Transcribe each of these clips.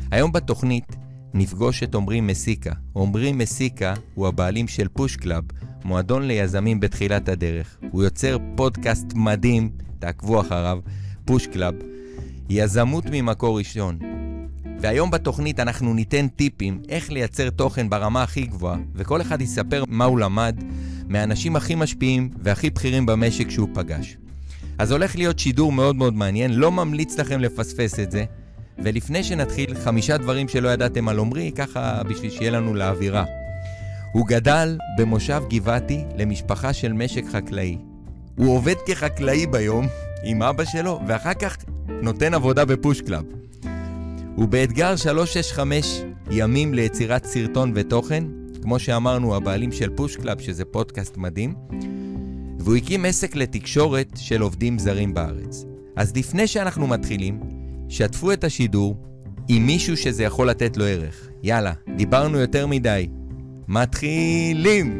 היום בתוכנית נפגוש את עומרי מסיקה. עומרי מסיקה הוא הבעלים של פוש קלאב, מועדון ליזמים בתחילת הדרך. הוא יוצר פודקאסט מדהים, תעקבו אחריו, פוש קלאב, יזמות ממקור ראשון. והיום בתוכנית אנחנו ניתן טיפים איך לייצר תוכן ברמה הכי גבוהה, וכל אחד יספר מה הוא למד מהאנשים הכי משפיעים והכי בכירים במשק שהוא פגש. אז הולך להיות שידור מאוד מאוד מעניין, לא ממליץ לכם לפספס את זה. ולפני שנתחיל, 5 דברים שלא ידעתם על עומרי, ככה בשביל שיהיה לנו לאווירה. הוא גדל במושב גבעתי למשפחה של משק חקלאי. הוא עובד כחקלאי ביום עם אבא שלו, ואחר כך נותן עבודה בפוש קלאב. הוא באתגר 365 ימים ליצירת סרטון ותוכן, כמו שאמרנו, הבעלים של פוש קלאב, שזה פודקאסט מדהים, והוא הקים עסק לתקשורת של עובדים זרים בארץ. אז לפני שאנחנו מתחילים, שתפו את השידור עם מישהו שזה יכול לתת לו ערך. יאללה, דיברנו יותר מדי. מתחילים!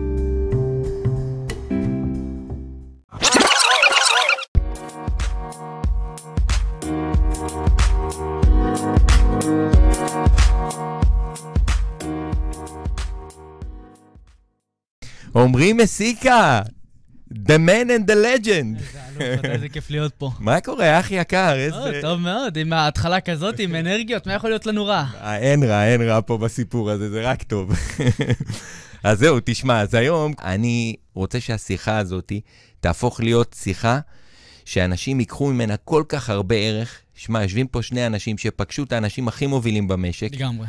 עומרי מסיקה! The man and the legend. איזה כיף להיות פה. מה קורה, אחי יקר? טוב מאוד, עם ההתחלה כזאת, עם אנרגיות, מה יכול להיות לנו רע? אין רע פה בסיפור הזה, זה רק טוב. אז זהו, תשמע, אז היום אני רוצה שהשיחה הזאת תהפוך להיות שיחה שאנשים ייקחו ממנה כל כך הרבה ערך. שמע, יושבים פה 2 אנשים שפגשו את האנשים הכי מובילים במשק. לגמרי.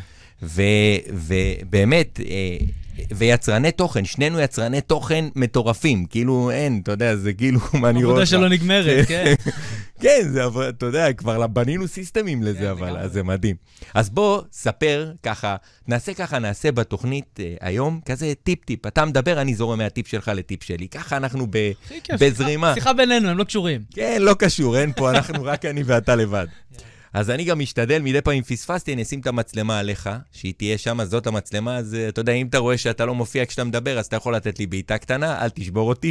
ובאמת, ויצרני תוכן, שנינו יצרני תוכן מטורפים, כאילו אין, אתה יודע, זה כאילו מה אני רואה. עבודה שלא נגמרת, כן. כן, זה, אתה יודע, כבר בנינו סיסטמים לזה, אבל אז זה מדהים. אז בוא, ספר ככה, נעשה בתוכנית היום, כזה טיפ, אתה מדבר, אני זורם מהטיפ שלך לטיפ שלי, ככה אנחנו בזרימה. שיחה בינינו, הם לא קשורים. כן, לא קשור, אין פה, אנחנו רק אני ואתה לבד. אז אני גם משתדל, מדי פעם פספסתי, אני אשים את המצלמה עליך, שהיא תהיה שם, אז זאת המצלמה, אז אתה יודע, אם אתה רואה שאתה לא מופיע כשאתה מדבר, אז אתה יכול לתת לי בעיטה קטנה, אל תשבור אותי.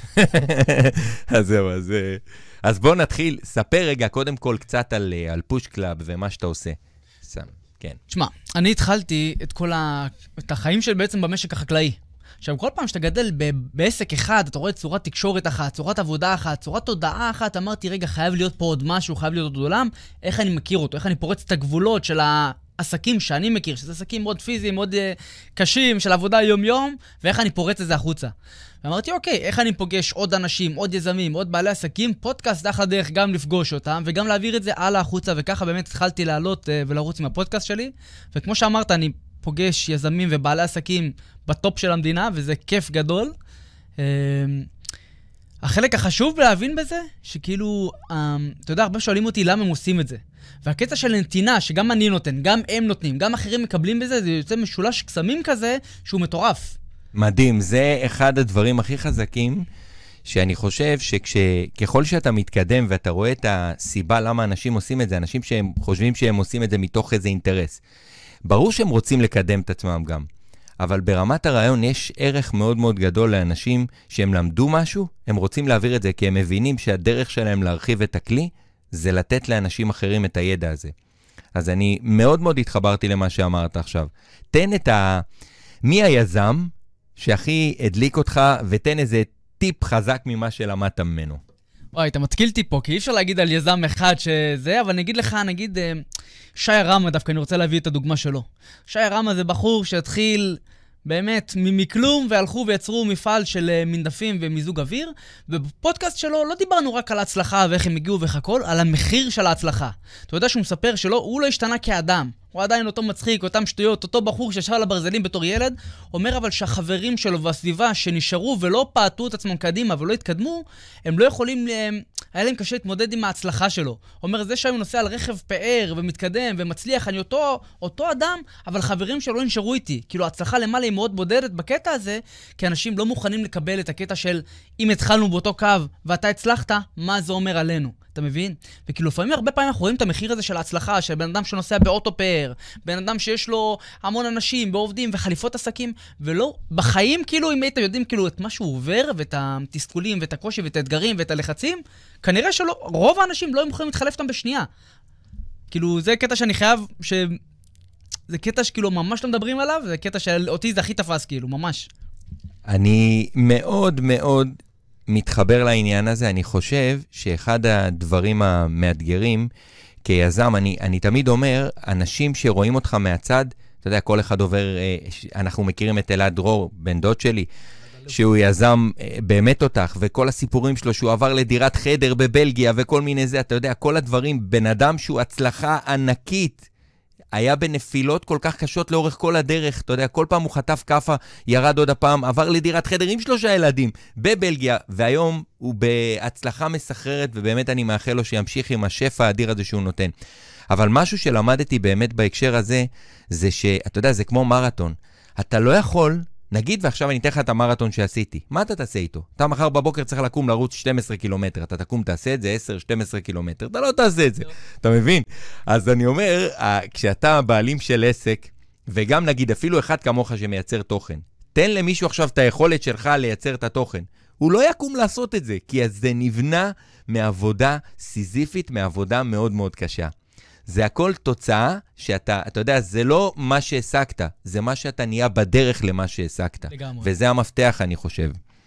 אז זהו, אז בוא נתחיל, ספר רגע קודם כל קצת על פוש קלאב ומה שאתה עושה. כן. תשמע, אני התחלתי את החיים של בעצם במשק החקלאי. עכשיו, כל פעם שאתה גדל בעסק אחד, אתה רואה צורת תקשורת אחת, צורת עבודה אחת, צורת תודעה אחת, אמרתי, רגע, חייב להיות פה עוד משהו, חייב להיות עוד עולם, איך אני מכיר אותו, איך אני פורץ את הגבולות של העסקים שאני מכיר, שזה עסקים מאוד פיזיים, מאוד קשים, של עבודה יום-יום, ואיך אני פורץ את זה החוצה. ואמרתי, אוקיי, איך אני פוגש עוד אנשים, עוד יזמים, עוד בעלי עסקים, פודקאסט דרך הדרך גם לפגוש אותם, וגם להעביר את זה הלאה החוצה, וככה באמת התחלתי לעלות ולרוץ עם הפודקאסט שלי. וכמו שאמרת, אני פוגש יזמים ובעלי עסקים בטופ של המדינה, וזה כיף גדול. החלק החשוב להבין בזה, שכאילו, אתה יודע, הרבה שואלים אותי למה הם עושים את זה. והקטע של נתינה, שגם אני נותן, גם הם נותנים, גם אחרים מקבלים בזה, זה יוצא משולש קסמים כזה, שהוא מטורף. מדהים, זה אחד הדברים הכי חזקים, שאני חושב שככל שאתה מתקדם ואתה רואה את הסיבה למה אנשים עושים את זה, אנשים שהם חושבים שהם עושים את זה מתוך איזה אינטרס. ברור שהם רוצים לקדם את עצמם גם, אבל ברמת הרעיון יש ערך מאוד מאוד גדול לאנשים שהם למדו משהו, הם רוצים להעביר את זה כי הם מבינים שהדרך שלהם להרחיב את הכלי, זה לתת לאנשים אחרים את הידע הזה. אז אני מאוד מאוד התחברתי למה שאמרת עכשיו. תן מי היזם שהכי הדליק אותך, ותן איזה טיפ חזק ממה שלמדת ממנו. וואי, אתה מתקילתי פה, כי אי אפשר להגיד על יזם אחד שזה, אבל אני אגיד לך, נגיד, שי רמה דווקא, אני רוצה להביא את הדוגמה שלו. שי רמה זה בחור שהתחיל באמת מכלום, והלכו ויצרו מפעל של מנדפים ומיזוג אוויר, ובפודקאסט שלו לא דיברנו רק על ההצלחה ואיך הם הגיעו וככל, על המחיר של ההצלחה. אתה יודע שהוא מספר שהוא לא השתנה כאדם. הוא עדיין אותו מצחיק, אותם שטויות, אותו בחור שישב על הברזלים בתור ילד, אומר אבל שהחברים שלו והסביבה שנשארו ולא פעטו את עצמם קדימה ולא התקדמו, הם לא יכולים, היה להם קשה להתמודד עם ההצלחה שלו. אומר, זה שהיום נוסע על רכב פאר ומתקדם ומצליח, אני אותו אדם, אבל חברים שלו לא נשארו איתי. כאילו ההצלחה למעלה היא מאוד בודדת בקטע הזה, כי אנשים לא מוכנים לקבל את הקטע של אם התחלנו באותו קו ואתה הצלחת, מה זה אומר עלינו? אתה מבין? וכאילו לפעמים הרבה פעמים אנחנו רואים את המחיר הזה של ההצלחה, של בן אדם שנוסע באוטו פאר, בן אדם שיש לו המון אנשים ועובדים וחליפות עסקים, ולא, בחיים כאילו אם היית יודעים כאילו את מה שהוא עובר, ואת התסכולים ואת הקושי ואת האתגרים ואת הלחצים, כנראה שלא, רוב האנשים לא יכולים להתחלף אותם בשנייה. כאילו, זה קטע שאני חייב, זה קטע שכאילו ממש לא מדברים עליו, זה קטע שאותי זה הכי תפס, כאילו, ממש. אני מאוד מאוד מתחבר לעניין הזה. אני חושב שאחד הדברים המאתגרים כיזם, אני תמיד אומר, אנשים שרואים אותך מהצד, אתה יודע, כל אחד עובר, אנחנו מכירים את אלעד דרור, בן דוד שלי, שהוא יזם באמת אותך, וכל הסיפורים שלו, שהוא עבר לדירת חדר בבלגיה, וכל מיני זה, אתה יודע, כל הדברים, בן אדם שהוא הצלחה ענקית, היה בנפילות כל כך קשות לאורך כל הדרך, אתה יודע, כל פעם הוא חטף כפה, ירד עוד הפעם, עבר לדירת חדר עם 3 ילדים בבלגיה, והיום הוא בהצלחה מסחררת, ובאמת אני מאחל לו שימשיך עם השפע האדיר הזה שהוא נותן. אבל משהו שלמדתי באמת בהקשר הזה, זה שאתה יודע, זה כמו מרתון. אתה לא יכול, נגיד, ועכשיו אני אתן לך את המרתון שעשיתי. מה אתה תעשה איתו? אתה מחר בבוקר צריך לקום לרוץ 12 קילומטר. אתה תקום, תעשה את זה 10-12 קילומטר. אתה לא תעשה את זה. אתה מבין? אז אני אומר, כשאתה בעלים של עסק, וגם נגיד אפילו אחד כמוך שמייצר תוכן, תן למישהו עכשיו את היכולת שלך לייצר את התוכן. הוא לא יקום לעשות את זה, כי זה נבנה מעבודה סיזיפית, מעבודה מאוד מאוד קשה. זה הכל תוצאה שאתה, אתה יודע, זה לא מה שהעסקת, זה מה שאתה נהיה בדרך למה שהעסקת. לגמרי. וזה המפתח, אני חושב.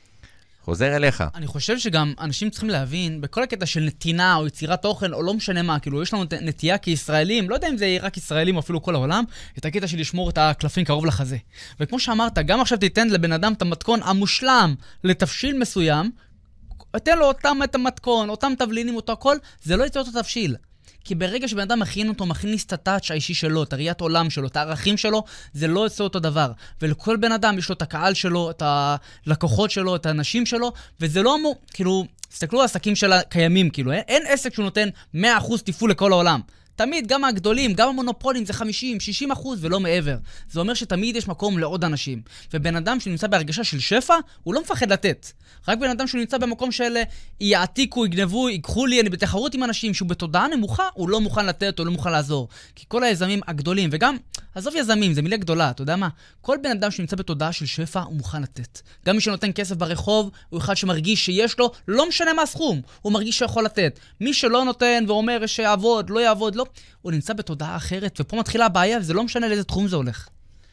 חוזר אליך. אני חושב שגם אנשים צריכים להבין, בכל הקטע של נתינה או יצירת תוכן, או לא משנה מה, כאילו, יש לנו נטייה כישראלים, לא יודע אם זה יהיה רק ישראלים או אפילו כל העולם, את הקטע של לשמור את הקלפים קרוב לחזה. וכמו שאמרת, גם עכשיו תיתן לבן אדם את המתכון המושלם לתבשיל מסוים, תן לו אותם את המתכון, אותם תבלינים, אותו הכל, זה לא יצא אותו תבשיל. כי ברגע שבן אדם מכין אותו, מכניס את הטאץ' האישי שלו, את הראיית עולם שלו, את הערכים שלו, זה לא יוצא אותו דבר. ולכל בן אדם יש לו את הקהל שלו, את הלקוחות שלו, את האנשים שלו, וזה לא אמור, כאילו, תסתכלו על עסקים של הקיימים, כאילו, אין עסק שהוא נותן 100% תפעול לכל העולם. תמיד, גם הגדולים, גם המונופולים, זה 50-60% ולא מעבר. זה אומר שתמיד יש מקום לעוד אנשים. ובן אדם שנמצא בהרגשה של שפע, הוא לא מפחד לתת. רק בן אדם שנמצא במקום של יעתיקו, יגנבו, ייקחו לי, אני בתחרות עם אנשים שהוא בתודעה נמוכה, הוא לא מוכן לתת, הוא לא מוכן לעזור. כי כל היזמים הגדולים, וגם, עזוב יזמים, זה מילה גדולה, אתה יודע מה? כל בן אדם שנמצא בתודעה של שפע, הוא מוכן לתת. גם מי שנותן כסף ברחוב, הוא אחד שמרגיש שיש לו, לא משנה מה הסכום, הוא מרגיש שיכול לתת. מי שלא נותן ואומר שיעבוד, לא יעבוד, לא, הוא נמצא בתודעה אחרת, ופה מתחילה הבעיה, וזה לא משנה לאיזה תחום זה הולך.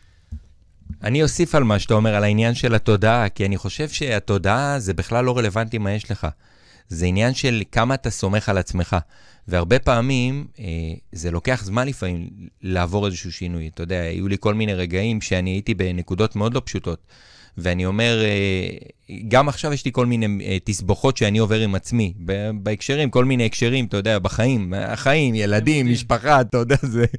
אני אוסיף על מה שאתה אומר, על העניין של התודעה, כי אני חושב שהתודעה זה בכלל לא רלוונטי מה יש לך. זה עניין של כמה אתה סומך על עצמך. והרבה פעמים זה לוקח זמן לפעמים לעבור איזשהו שינוי. אתה יודע, היו לי כל מיני רגעים שאני הייתי בנקודות מאוד לא פשוטות. ואני אומר, גם עכשיו יש לי כל מיני תסבוכות שאני עובר עם עצמי, בהקשרים, כל מיני הקשרים, אתה יודע, בחיים, החיים, ילדים, משפחה, אתה יודע,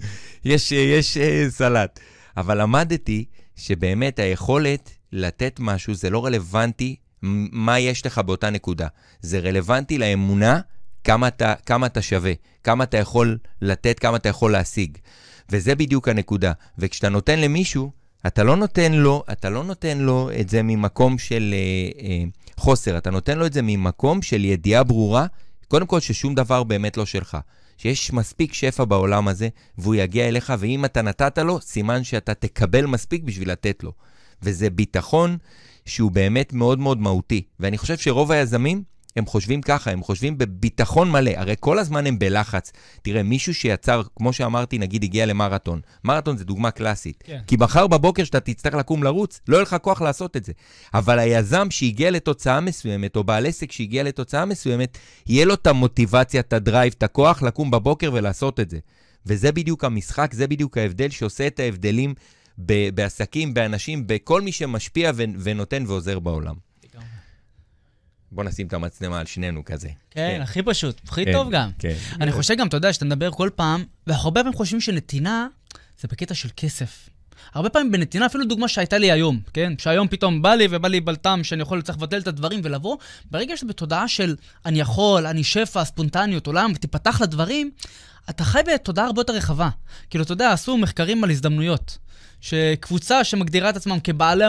יש סלט. אבל למדתי שבאמת היכולת לתת משהו, זה לא רלוונטי מה יש לך באותה נקודה. זה רלוונטי לאמונה, כמה אתה שווה, כמה אתה יכול לתת, כמה אתה יכול להשיג. וזה בדיוק הנקודה. וכשאתה נותן למישהו, אתה לא נותן לו את זה ממקום של חוסר, אתה נותן לו את זה ממקום של ידיעה ברורה, קודם כל ששום דבר באמת לא שלך. שיש מספיק שפע בעולם הזה, והוא יגיע אליך, ואם אתה נתת לו, סימן שאתה תקבל מספיק בשביל לתת לו. וזה ביטחון שהוא באמת מאוד מאוד מהותי. ואני חושב שרוב היזמים, הם חושבים ככה, הם חושבים בביטחון מלא, הרי כל הזמן הם בלחץ. תראה, מישהו שיצר, כמו שאמרתי, נגיד, הגיע למרתון. מרתון זה דוגמה קלאסית. כן. כי מחר בבוקר שאתה תצטרך לקום לרוץ, לא יהיה לך כוח לעשות את זה. אבל היזם שהגיע לתוצאה מסוימת, או בעל עסק שהגיע לתוצאה מסוימת, יהיה לו את המוטיבציה, את הדרייב, את הכוח לקום בבוקר ולעשות את זה. וזה בדיוק המשחק, זה בדיוק ההבדל שעושה את ההבדלים בעסקים, באנשים, בכל מי שמשפיע ונותן ועוזר בעולם. בוא נשים את המצלמה על שנינו כזה. כן, הכי פשוט, הכי טוב גם. אני חושב גם, אתה יודע, שאתה מדבר כל פעם, והרבה פעמים חושבים שנתינה זה בקטע של כסף. הרבה פעמים בנתינה, אפילו דוגמה שהייתה לי היום, כן? שהיום פתאום בא לי בלטם שאני יכול צריך לבטל את הדברים ולבוא, ברגע שאתה בתודעה של אני יכול, אני שפע, ספונטניות, עולם, ותפתח לדברים, אתה חי בתודעה הרבה יותר רחבה. כאילו, אתה יודע, עשו מחקרים על הזדמנויות. שקבוצה שמגדירה את עצמם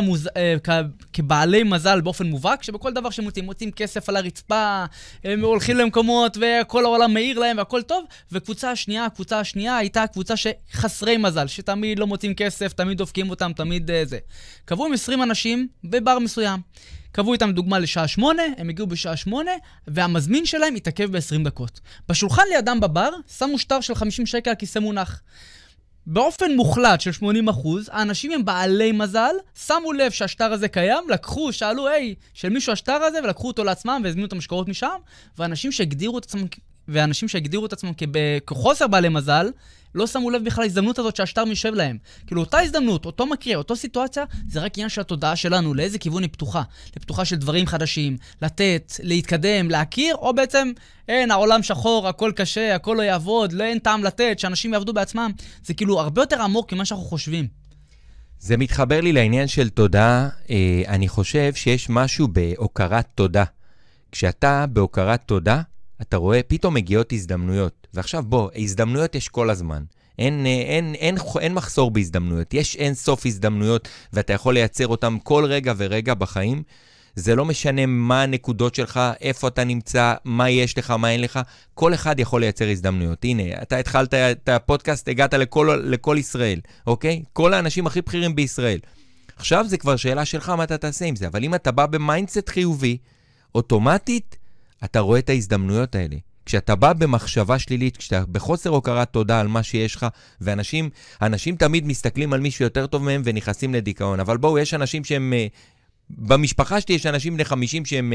כבעלי מזל באופן מובהק, שבכל דבר שמוצאים כסף על הרצפה, הם הולכים למקומות וכל העולם מאיר להם והכל טוב, הקבוצה השנייה הייתה קבוצה שחסרי מזל, שתמיד לא מוצאים כסף, תמיד דופקים אותם, תמיד זה. קבעו עם 20 אנשים בבר מסוים. קבעו איתם דוגמה לשעה 8, הם הגיעו בשעה 8, והמזמין שלהם התעכב ב-20 דקות. בשולחן לידם בבר, שמו שטר של 50 שקל על כיסא מונח. באופן מוחלט של 80%, האנשים הם בעלי מזל, שמו לב שהשטר הזה קיים, לקחו, שאלו, היי, של מישהו השטר הזה, ולקחו אותו לעצמם והזמינו את המשקורות משם, ואנשים שהגדירו את עצמם כחוסר בעלי מזל, לא שמו לב בכלל ההזדמנות הזאת שהשטר משב להם. כאילו אותה הזדמנות, אותו מקרה, אותו סיטואציה, זה רק עניין של התודעה שלנו, לאיזה כיוון היא פתוחה. לפתוחה של דברים חדשים, לתת, להתקדם, להכיר, או בעצם, אין, העולם שחור, הכל קשה, הכל לא יעבוד, לא אין טעם לתת, שאנשים יעבדו בעצמם. זה כאילו הרבה יותר עמוק ממה שאנחנו חושבים. זה מתחבר לי לעניין של תודה. אני חושב שיש משהו בהוקרת תודה. כשאתה בהוקרת תודה, אתה רואה, פתאום מגיעות הזדמנויות. ועכשיו בוא, הזדמנויות יש כל הזמן. אין מחסור בהזדמנויות. יש אין סוף הזדמנויות, ואתה יכול לייצר אותם כל רגע ורגע בחיים. זה לא משנה מה הנקודות שלך, איפה אתה נמצא, מה יש לך, מה אין לך. כל אחד יכול לייצר הזדמנויות. הנה, אתה התחלת את הפודקאסט, הגעת לכל ישראל, אוקיי? כל האנשים הכי בכירים בישראל. עכשיו זה כבר שאלה שלך מה אתה תעשה עם זה. אבל אם אתה בא במיינדסט חיובי, אוטומטית, אתה רואה את ההזדמנויות האלה. כשאתה בא במחשבה שלילית, כשאתה בחוסר הוקרת תודה על מה שיש לך, ואנשים תמיד מסתכלים על מישהו יותר טוב מהם ונכנסים לדיכאון. אבל בואו, יש אנשים שהם, במשפחה שלי יש אנשים בני 50 שהם,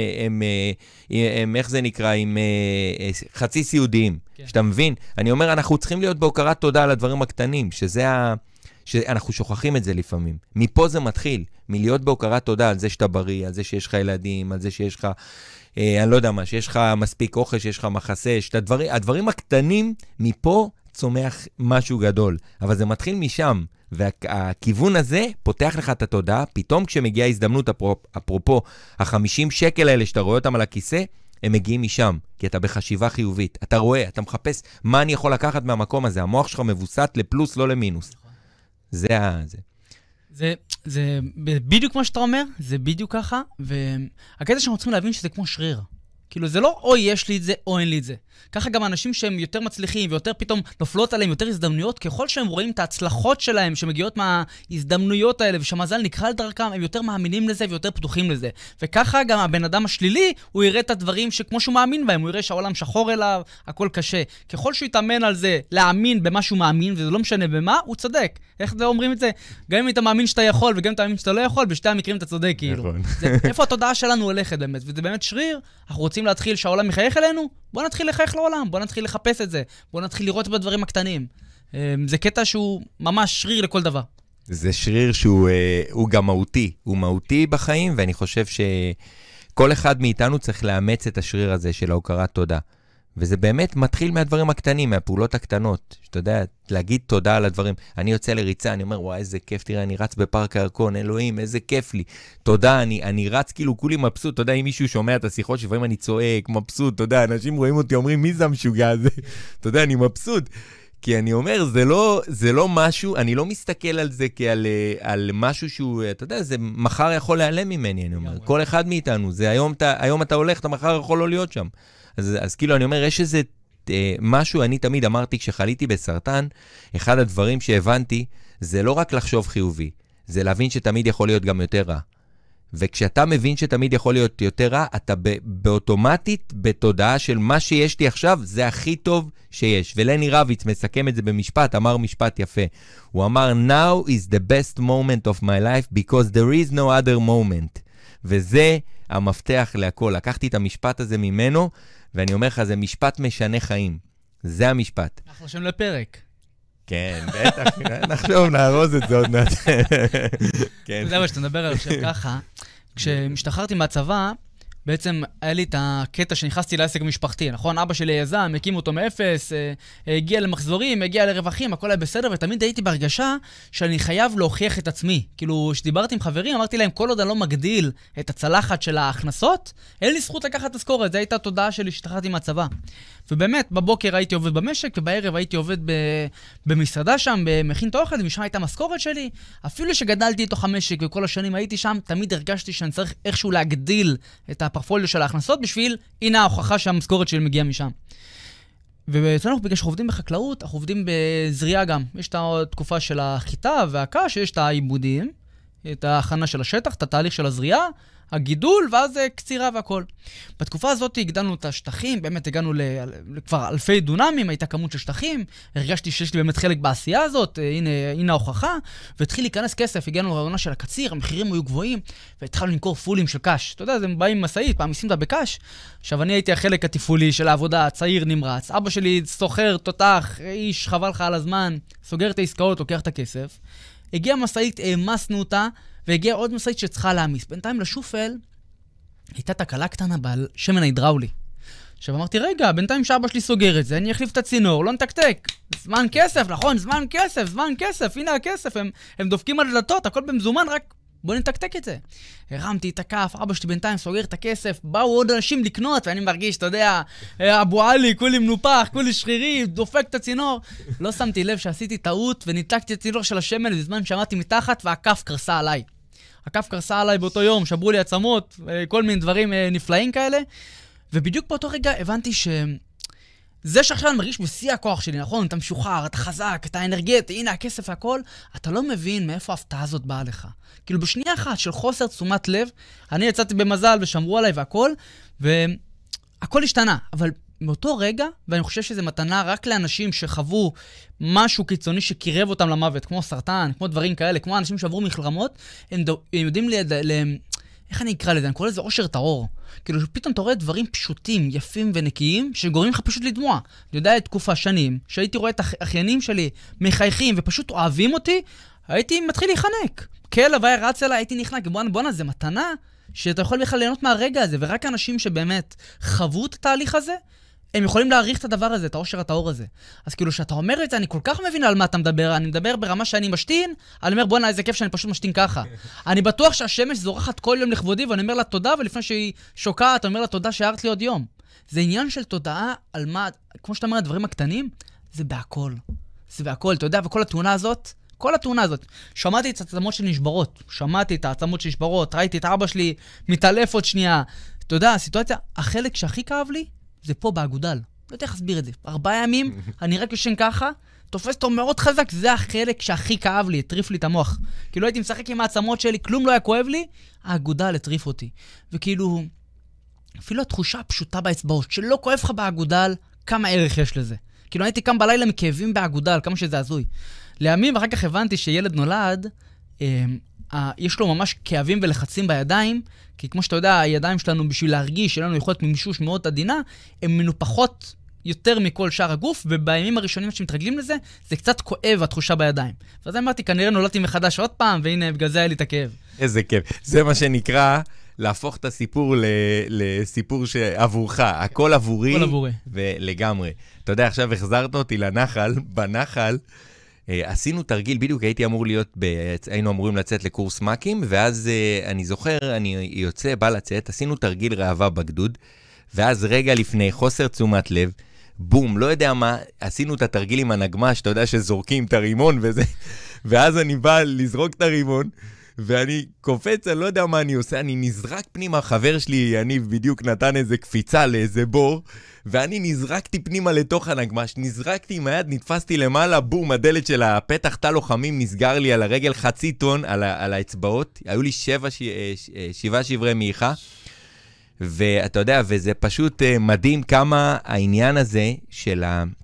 איך זה נקרא, עם חצי סיעודיים. כן. שאתה מבין? אני אומר, אנחנו צריכים להיות בהוקרת תודה על הדברים הקטנים, שאנחנו שוכחים את זה לפעמים. מפה זה מתחיל, מלהיות בהוקרת תודה על זה שאתה בריא, על זה שיש לך ילדים, על זה שיש לך, אני לא יודע מה, שיש לך מספיק אוכל, שיש לך מחסה, הדברים הקטנים, מפה צומח משהו גדול. אבל זה מתחיל משם, והכיוון הזה פותח לך את התודעה, פתאום כשמגיעה הזדמנות, אפרופו, ה-50 שקל האלה שאתה רואה אותם על הכיסא, הם מגיעים משם, כי אתה בחשיבה חיובית. אתה רואה, אתה מחפש מה אני יכול לקחת מהמקום הזה. המוח שלך מבוסט לפלוס, לא למינוס. זה בדיוק מה שאתה אומר, זה בדיוק ככה, והקטע שאנחנו צריכים להבין שזה כמו שריר. כאילו זה לא או יש לי את זה או אין לי את זה. ככה גם אנשים שהם יותר מצליחים ויותר פתאום נופלות עליהם יותר הזדמנויות, ככל שהם רואים את ההצלחות שלהם שמגיעות מההזדמנויות האלה ושהמזל נקרא על דרכם, הם יותר מאמינים לזה ויותר פתוחים לזה. וככה גם הבן אדם השלילי, הוא יראה את הדברים שכמו שהוא מאמין בהם, הוא יראה שהעולם שחור אליו, הכל קשה. ככל שהוא יתאמן על זה, להאמין במה שהוא מאמין, וזה לא משנה במה, הוא צודק. איך זה אומרים את זה? גם אם אתה מאמין שאתה יכול וגם אם אתה מאמין שאתה לא יכול, בשתי המקרים אתה צודק, כאילו. איפה התודעה שלנו הולכת באמת? וזה באמת שריר. אנחנו רוצים להתחיל שהעולם מחייך אלינו, בוא נתחיל לחייך לעולם, בוא נתחיל לחפש את זה, בוא נתחיל לראות בדברים הקטנים. זה קטע שהוא ממש שריר לכל דבר. זה שריר שהוא גם מהותי, הוא מהותי בחיים, ואני חושב שכל אחד מאיתנו צריך לאמץ את השריר הזה של ההוקרת תודה. וזה באמת מתחיל מהדברים הקטנים, מהפעולות הקטנות. שאתה יודע, להגיד תודה על הדברים. אני יוצא לריצה, אני אומר, וואי, איזה כיף, תראה, אני רץ בפארק הירקון, אלוהים, איזה כיף לי. תודה, אני רץ כאילו, כולי מבסוט. אתה יודע, אם מישהו שומע את השיחות, שבאים אני צועק, מבסוט, אתה יודע, אנשים רואים אותי, אומרים, מי זה המשוגע הזה? אתה יודע, אני מבסוט. כי אני אומר, זה לא משהו, אני לא מסתכל על זה כעל משהו שהוא, אתה יודע, זה מחר יכול להיעלם ממני, אני אומר. כל אחד מאיתנו, זה היום אתה הולך, אתה מחר יכול לא להיות שם. אז כאילו אני אומר, יש איזה משהו, אני תמיד אמרתי, כשחליתי בסרטן, אחד הדברים שהבנתי, זה לא רק לחשוב חיובי, זה להבין שתמיד יכול להיות גם יותר רע. וכשאתה מבין שתמיד יכול להיות יותר רע, אתה באוטומטית, בתודעה של מה שיש לי עכשיו, זה הכי טוב שיש. ולני רביץ מסכם את זה במשפט, אמר משפט יפה. הוא אמר, Now is the best moment of my life, because there is no other moment. וזה המפתח להכל. לקחתי את המשפט הזה ממנו, ואני אומר לך, זה משפט משנה חיים. זה המשפט. אנחנו שם לפרק. כן, בטח. נחשוב, נארוז את זה עוד מעט. אתה יודע מה, שאתה מדבר על עכשיו ככה, כשמשתחררתי מהצבא, בעצם היה לי את הקטע שנכנסתי לעסק משפחתי, נכון? אבא שלי יזם, הקים אותו מאפס, הגיע למחזורים, הגיע לרווחים, הכל היה בסדר, ותמיד הייתי בהרגשה שאני חייב להוכיח את עצמי. כאילו, כשדיברתי עם חברים, אמרתי להם, כל עוד אני לא מגדיל את הצלחת של ההכנסות, אין לי זכות לקחת תזכורת, זו הייתה התודעה שלי שהשתחררתי מהצבא. ובאמת, בבוקר הייתי עובד במשק, ובערב הייתי עובד במסעדה שם, במכין את האוכל, ומשם הייתה משכורת שלי. אפילו שגדלתי איתו המשק וכל השנים הייתי שם, תמיד הרגשתי שאני צריך איכשהו להגדיל את הפורטפוליו של ההכנסות בשביל, הנה ההוכחה שהמשכורת שלי מגיעה משם. ואצלנו, בגלל שאנחנו עובדים בחקלאות, אנחנו עובדים בזריעה גם. יש את התקופה של החיטה והקש, יש את העיבודים, את ההכנה של השטח, את התהליך של הזריעה, הגידול, ואז קצירה והכל. בתקופה הזאת הגדלנו את השטחים, באמת הגענו כבר אלפי דונמים, הייתה כמות של שטחים, הרגשתי שיש לי באמת חלק בעשייה הזאת, הנה ההוכחה, והתחיל להיכנס כסף, הגענו לעונה של הקציר, המחירים היו גבוהים, והתחלנו למכור פולים של קש. אתה יודע, הם באים עם מסעית, פעם עושים אותה בקש. עכשיו, אני הייתי החלק התפעולי של העבודה, צעיר נמרץ, אבא שלי סוחר, תותח, איש, חבל לך על הזמן, סוגר את העסקאות, לוקח את הכסף. הגיעה מסעית, העמסנו אותה, והגיעה עוד מסעית שצריכה להעמיס. בינתיים לשופל הייתה תקלה קטנה בשמן ההידראולי. עכשיו אמרתי, רגע, בינתיים שאבא שלי סוגר את זה, אני אחליף את הצינור, לא נתקתק. זמן כסף, נכון? זמן כסף, הנה הכסף, הם דופקים על דלתות, הכל במזומן, רק בוא נתקתק את זה. הרמתי את הכף, אבא שלי בינתיים סוגר את הכסף, באו עוד אנשים לקנות, ואני מרגיש, אתה יודע, אבו עלי, כולי מנופח, כולי שרירי, דופק את הצינור. לא שמתי לב שעשיתי טעות, וניתקתי את הצינור של השמן, בזמן שעמדתי מתחת, והכף קרסה עליי. הכף קרסה עליי באותו יום, שברו לי עצמות, כל מיני דברים נפלאים כאלה. ובדיוק באותו רגע הבנתי זה שעכשיו אני מרגיש בשיא הכוח שלי, נכון? אתה משוחרר, אתה חזק, אתה אנרגטי, הנה הכסף והכל, אתה לא מבין מאיפה ההפתעה הזאת באה לך. כאילו בשנייה אחת של חוסר תשומת לב, אני יצאתי במזל ושמרו עליי והכל, והכל השתנה. אבל מאותו רגע, ואני חושב שזה מתנה רק לאנשים שחוו משהו קיצוני שקירב אותם למוות, כמו סרטן, כמו דברים כאלה, כמו אנשים שעברו מלחמות, הם יודעים איך אני אקרא לזה? אני קורא לזה אושר טהור. כאילו שפתאום אתה רואה דברים פשוטים, יפים ונקיים, שגורמים לך פשוט לדמוע. אני יודע את תקופה שנים, שהייתי רואה את האחיינים שלי מחייכים ופשוט אוהבים אותי, הייתי מתחיל להיחנק. כלב היה רץ אליי, הייתי נחנק. בואנה, זה מתנה שאתה יכול בכלל ליהנות מהרגע הזה, ורק אנשים שבאמת חוו את התהליך הזה, הם יכולים להעריך את הדבר הזה, את האושר הטהור הזה. אז כאילו, שאתה אומר את זה, אני כל כך מבין על מה אתה מדבר. אני מדבר ברמה שאני משתין, אני אומר, בוא'נה, איזה כיף שאני פשוט משתין ככה. אני בטוח שהשמש זורחת כל יום לכבודי, ואני אומר לה תודה, ולפני שהיא שוקעת, אני אומר לה תודה שהערת לי עוד יום. זה עניין של תודעה על מה, כמו שאתה אומר, הדברים הקטנים, זה בהכל. זה בהכל, אתה יודע, וכל התאונה הזאת, שמעתי את העצמות שנשברות, ראיתי את אבא שלי מתעלף עוד שנייה. אתה יודע, הסיטואציה, החלק שהכי כאב לי, זה פה באגודל. לא יודע איך להסביר את זה. 4 ימים, אני רק יושן ככה, תופס אותו מאוד חזק, זה החלק שהכי כאב לי, הטריף לי את המוח. כאילו הייתי משחק עם העצמות שלי, כלום לא היה כואב לי, האגודל הטריף אותי. וכאילו, אפילו התחושה הפשוטה באצבעות, שלא כואב לך באגודל, כמה ערך יש לזה. כאילו הייתי קם בלילה מכאבים באגודל, כמה שזה הזוי. לימים, ואחר כך הבנתי שילד נולד, יש לו ממש כאבים ולחצים בידיים, כי כמו שאתה יודע, הידיים שלנו בשביל להרגיש, שלנו יכולת ממישוש מאוד עדינה, הן מנופחות יותר מכל שאר הגוף, ובימים הראשונים שמתרגלים לזה, זה קצת כואב התחושה בידיים. ואז אמרתי, כנראה נולדתי מחדש עוד פעם, והנה, בגלל זה היה לי את הכאב. איזה כיף. זה מה שנקרא להפוך את הסיפור לסיפור שעבורך, הכל עבורי. הכל עבורי. ולגמרי. אתה יודע, עכשיו החזרת אותי לנחל, בנחל, עשינו תרגיל, בדיוק היינו אמורים לצאת לקורס מקים, ואז אני זוכר, אני יוצא, בא לצאת, עשינו תרגיל ראווה בגדוד, ואז רגע לפני, חוסר תשומת לב, בום, לא יודע מה, עשינו את התרגיל עם הנגמש, אתה יודע שזורקים את הרימון וזה, ואז אני בא לזרוק את הרימון, ואני קופץ, אני לא יודע מה אני עושה, אני נזרק פנימה, חבר שלי, יניב, בדיוק נתן איזה קפיצה לאיזה בור, ואני נזרקתי פנימה לתוך הנגמש, נזרקתי עם היד, נתפסתי למעלה, בום, הדלת של הפתח תא לוחמים נסגר לי על הרגל 0.5 טון על האצבעות, היו לי 7 שברי מעיכה, ואתה יודע, וזה פשוט מדהים כמה העניין הזה של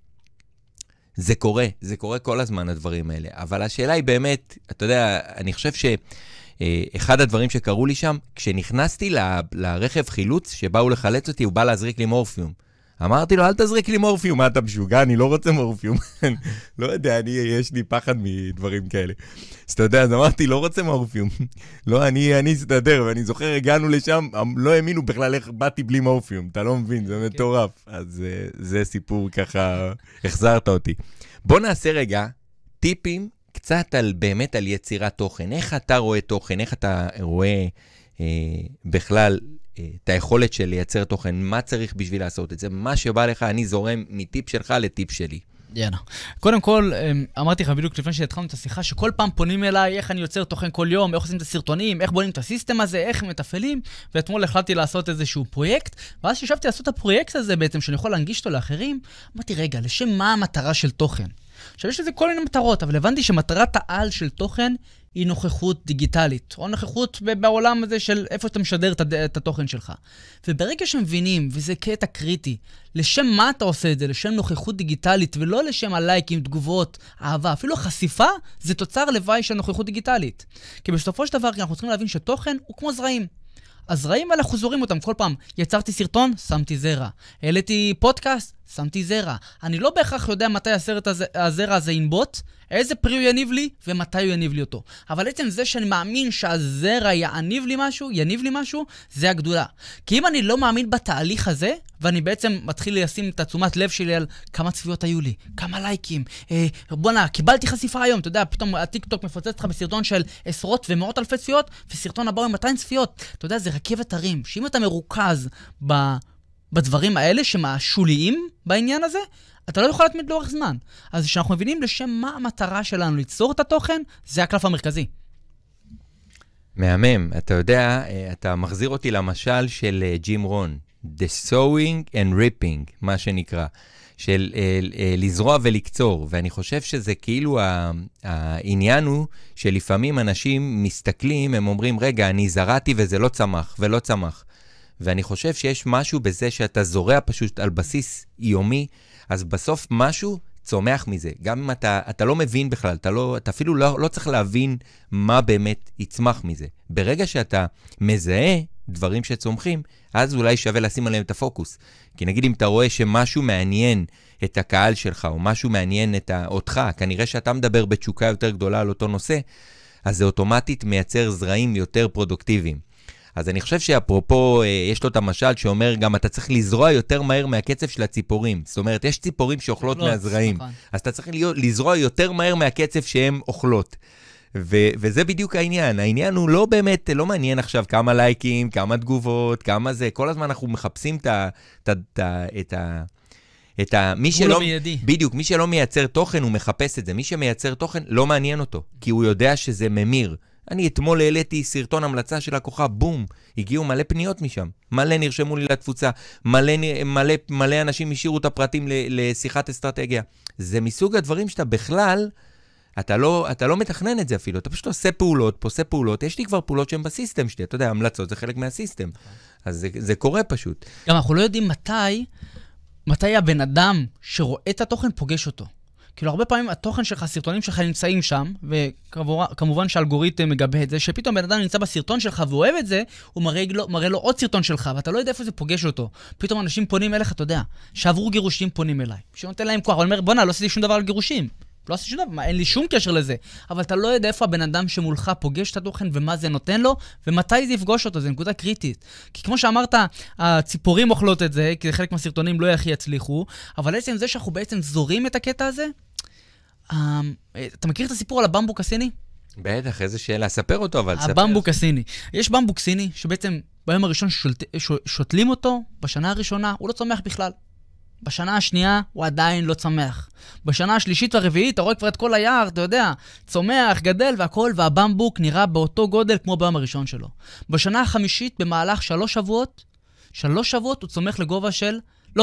זה קורה כל הזמן הדברים האלה, אבל השאלה היא באמת, אתה יודע, אני חושב שאחד הדברים שקרו לי שם, כשנכנסתי לרכב חילוץ שבאו לחלץ אותי, הוא בא להזריק לי מורפיום. אמרתי לו, אל תזריק לי מורפיום, מה אתה משוגע? אני לא רוצה מורפיום. לא יודע, יש לי פחד מדברים כאלה. אז אתה יודע, אז אמרתי, לא רוצה מורפיום. לא, אני אסתדר, ואני זוכר, הגענו לשם, לא האמינו בכלל איך באתי בלי מורפיום, אתה לא מבין, זה מטורף. אז זה סיפור ככה, החזרת אותי. בוא נעשה רגע טיפים קצת באמת על יצירת תוכן. איך אתה רואה תוכן, איך אתה רואה בכלל את היכולת של לייצר תוכן, מה צריך בשביל לעשות את זה, מה שבא לך, אני זורם מטיפ שלך לטיפ שלי. יאללה. קודם כל, אמרתי לך בדיוק לפני שהתחלנו את השיחה, שכל פעם פונים אליי, איך אני יוצר תוכן כל יום, איך עושים את הסרטונים, איך בונים את הסיסטם הזה, איך מתפעלים, ואתמול החלטתי לעשות איזשהו פרויקט, ואז ששבתי לעשות את הפרויקט הזה בעצם, שאני יכול להנגיש אותו לאחרים, אמרתי, רגע, לשם מה המטרה של תוכן? עכשיו, יש לזה כל מיני מטרות, אבל הבנתי שמטרת העל של תוכן היא נוכחות דיגיטלית, או נוכחות בעולם הזה של איפה אתה משדר את התוכן שלך. וברגע שמבינים, וזה קטע קריטי, לשם מה אתה עושה את זה? לשם נוכחות דיגיטלית, ולא לשם הלייקים, תגובות, אהבה. אפילו חשיפה זה תוצר לוואי של נוכחות דיגיטלית. כי בסופו של דבר אנחנו צריכים להבין שתוכן הוא כמו זרעים. הזרעים האלה אנחנו זורים אותם כל פעם. יצרתי סרטון, שמתי זרע. העליתי פודקאסט, שמתי זרע. אני לא בהכרח יודע מתי הזרע הזה ינבוט, איזה פרי הוא יניב לי ומתי הוא יניב לי אותו. אבל עצם זה שאני מאמין שהזרע יניב לי משהו, זה הגדולה. כי אם אני לא מאמין בתהליך הזה, ואני בעצם מתחיל לשים את תשומת לב שלי על כמה צפיות היו לי, כמה לייקים, בוא'נה, קיבלתי חשיפה היום, אתה יודע, פתאום הטיקטוק מפוצץ אותך בסרטון של עשרות ומאות אלפי צפיות, וסרטון הבא עם 200 צפיות. אתה יודע, זה רכבת הרים, שאם אתה מרוכז בדברים האלה שמשוליים בעניין הזה, אתה לא יכול להתמיד לאורך זמן. אז כשאנחנו מבינים לשם מה המטרה שלנו ליצור את התוכן, זה הקלף המרכזי. מהמם. אתה יודע, אתה מחזיר אותי למשל של ג'ים רון, The Sowing and Reaping, מה שנקרא, של לזרוע ולקצור. ואני חושב שזה כאילו העניין הוא שלפעמים אנשים מסתכלים, הם אומרים, רגע, אני זרעתי וזה לא צמח ולא צמח. ואני חושב שיש משהו בזה שאתה זורע פשוט על בסיס יומי, אז בסוף משהו צומח מזה. גם אם אתה לא מבין בכלל, אתה אפילו לא צריך להבין מה באמת יצמח מזה. ברגע שאתה מזהה דברים שצומחים, אז אולי שווה לשים עליהם את הפוקוס. כי נגיד אם אתה רואה שמשהו מעניין את הקהל שלך, או משהו מעניין אותך, כנראה שאתה מדבר בתשוקה יותר גדולה על אותו נושא, אז זה אוטומטית מייצר זרעים יותר פרודוקטיביים. אז אני חושב שאפרופו, יש לו את המשל שאומר גם אתה צריך לזרוע יותר מהר מהקצב של הציפורים. זאת אומרת, יש ציפורים שאוכלות מהזרעים. אז אתה צריך לזרוע יותר מהר מהקצב שהן אוכלות. וזה בדיוק העניין. העניין הוא לא באמת, לא מעניין עכשיו כמה לייקים, כמה תגובות, כמה זה. כל הזמן אנחנו מחפשים מי שלא, בדיוק, מי שלא מייצר תוכן, הוא מחפש את זה. מי שמייצר תוכן, לא מעניין אותו. כי הוא יודע שזה ממיר. אני אתמול העליתי סרטון המלצה של הכוכב, בום, הגיעו מלא פניות משם, מלא נרשמו לי לתפוצה, מלא אנשים השאירו את הפרטים לשיחת אסטרטגיה. זה מסוג הדברים שאתה בכלל, אתה לא מתכנן את זה אפילו, אתה פשוט עושה פעולות, יש לי כבר פעולות שהן בסיסטם שלי, אתה יודע, המלצות זה חלק מהסיסטם, אז זה קורה פשוט. גם אנחנו לא יודעים מתי הבן אדם שרואה את התוכן פוגש אותו. כאילו הרבה פעמים התוכן שלך, הסרטונים שלך נמצאים שם, וכמובן שהאלגוריתם מגבה את זה, שפתאום בן אדם נמצא בסרטון שלך ואוהב את זה, הוא מראה לו עוד סרטון שלך, ואתה לא יודע איפה זה פוגש אותו. פתאום אנשים פונים אליך, אתה יודע, שעברו גירושים פונים אליי, שנותן להם כוח, אבל אומר, בוא'נה, לא עשיתי שום דבר על גירושים. לא עשיתי שום דבר, אין לי שום קשר לזה. אבל אתה לא יודע איפה הבן אדם שמולך פוגש את התוכן ומה זה נותן לו, ומתי זה יפגוש אותו, זה נקודה קריטית. כי כמו שאמרת, הציפורים אוכלות את זה, כי חלק מהסרטונים לא הכי יצליחו, אבל בעצם זה שאנחנו בעצם זורים את הקטע הזה, אתה מכיר את הסיפור על הבמבוק הסיני? בטח, איזה שאלה, ספר אותו, אבל ספר. הבמבוק הסיני. יש במבוק סיני שבעצם ביום הראשון שותלים אותו, בשנה הראשונה הוא לא צומח בכלל. בשנה השנייה הוא עדיין לא צומח. בשנה השלישית והרביעית אתה רואה כבר את כל היער, אתה יודע, צומח, גדל והכל, והבמבוק נראה באותו גודל כמו ביום הראשון שלו. בשנה החמישית, במהלך 3 שבועות הוא צומח לגובה של,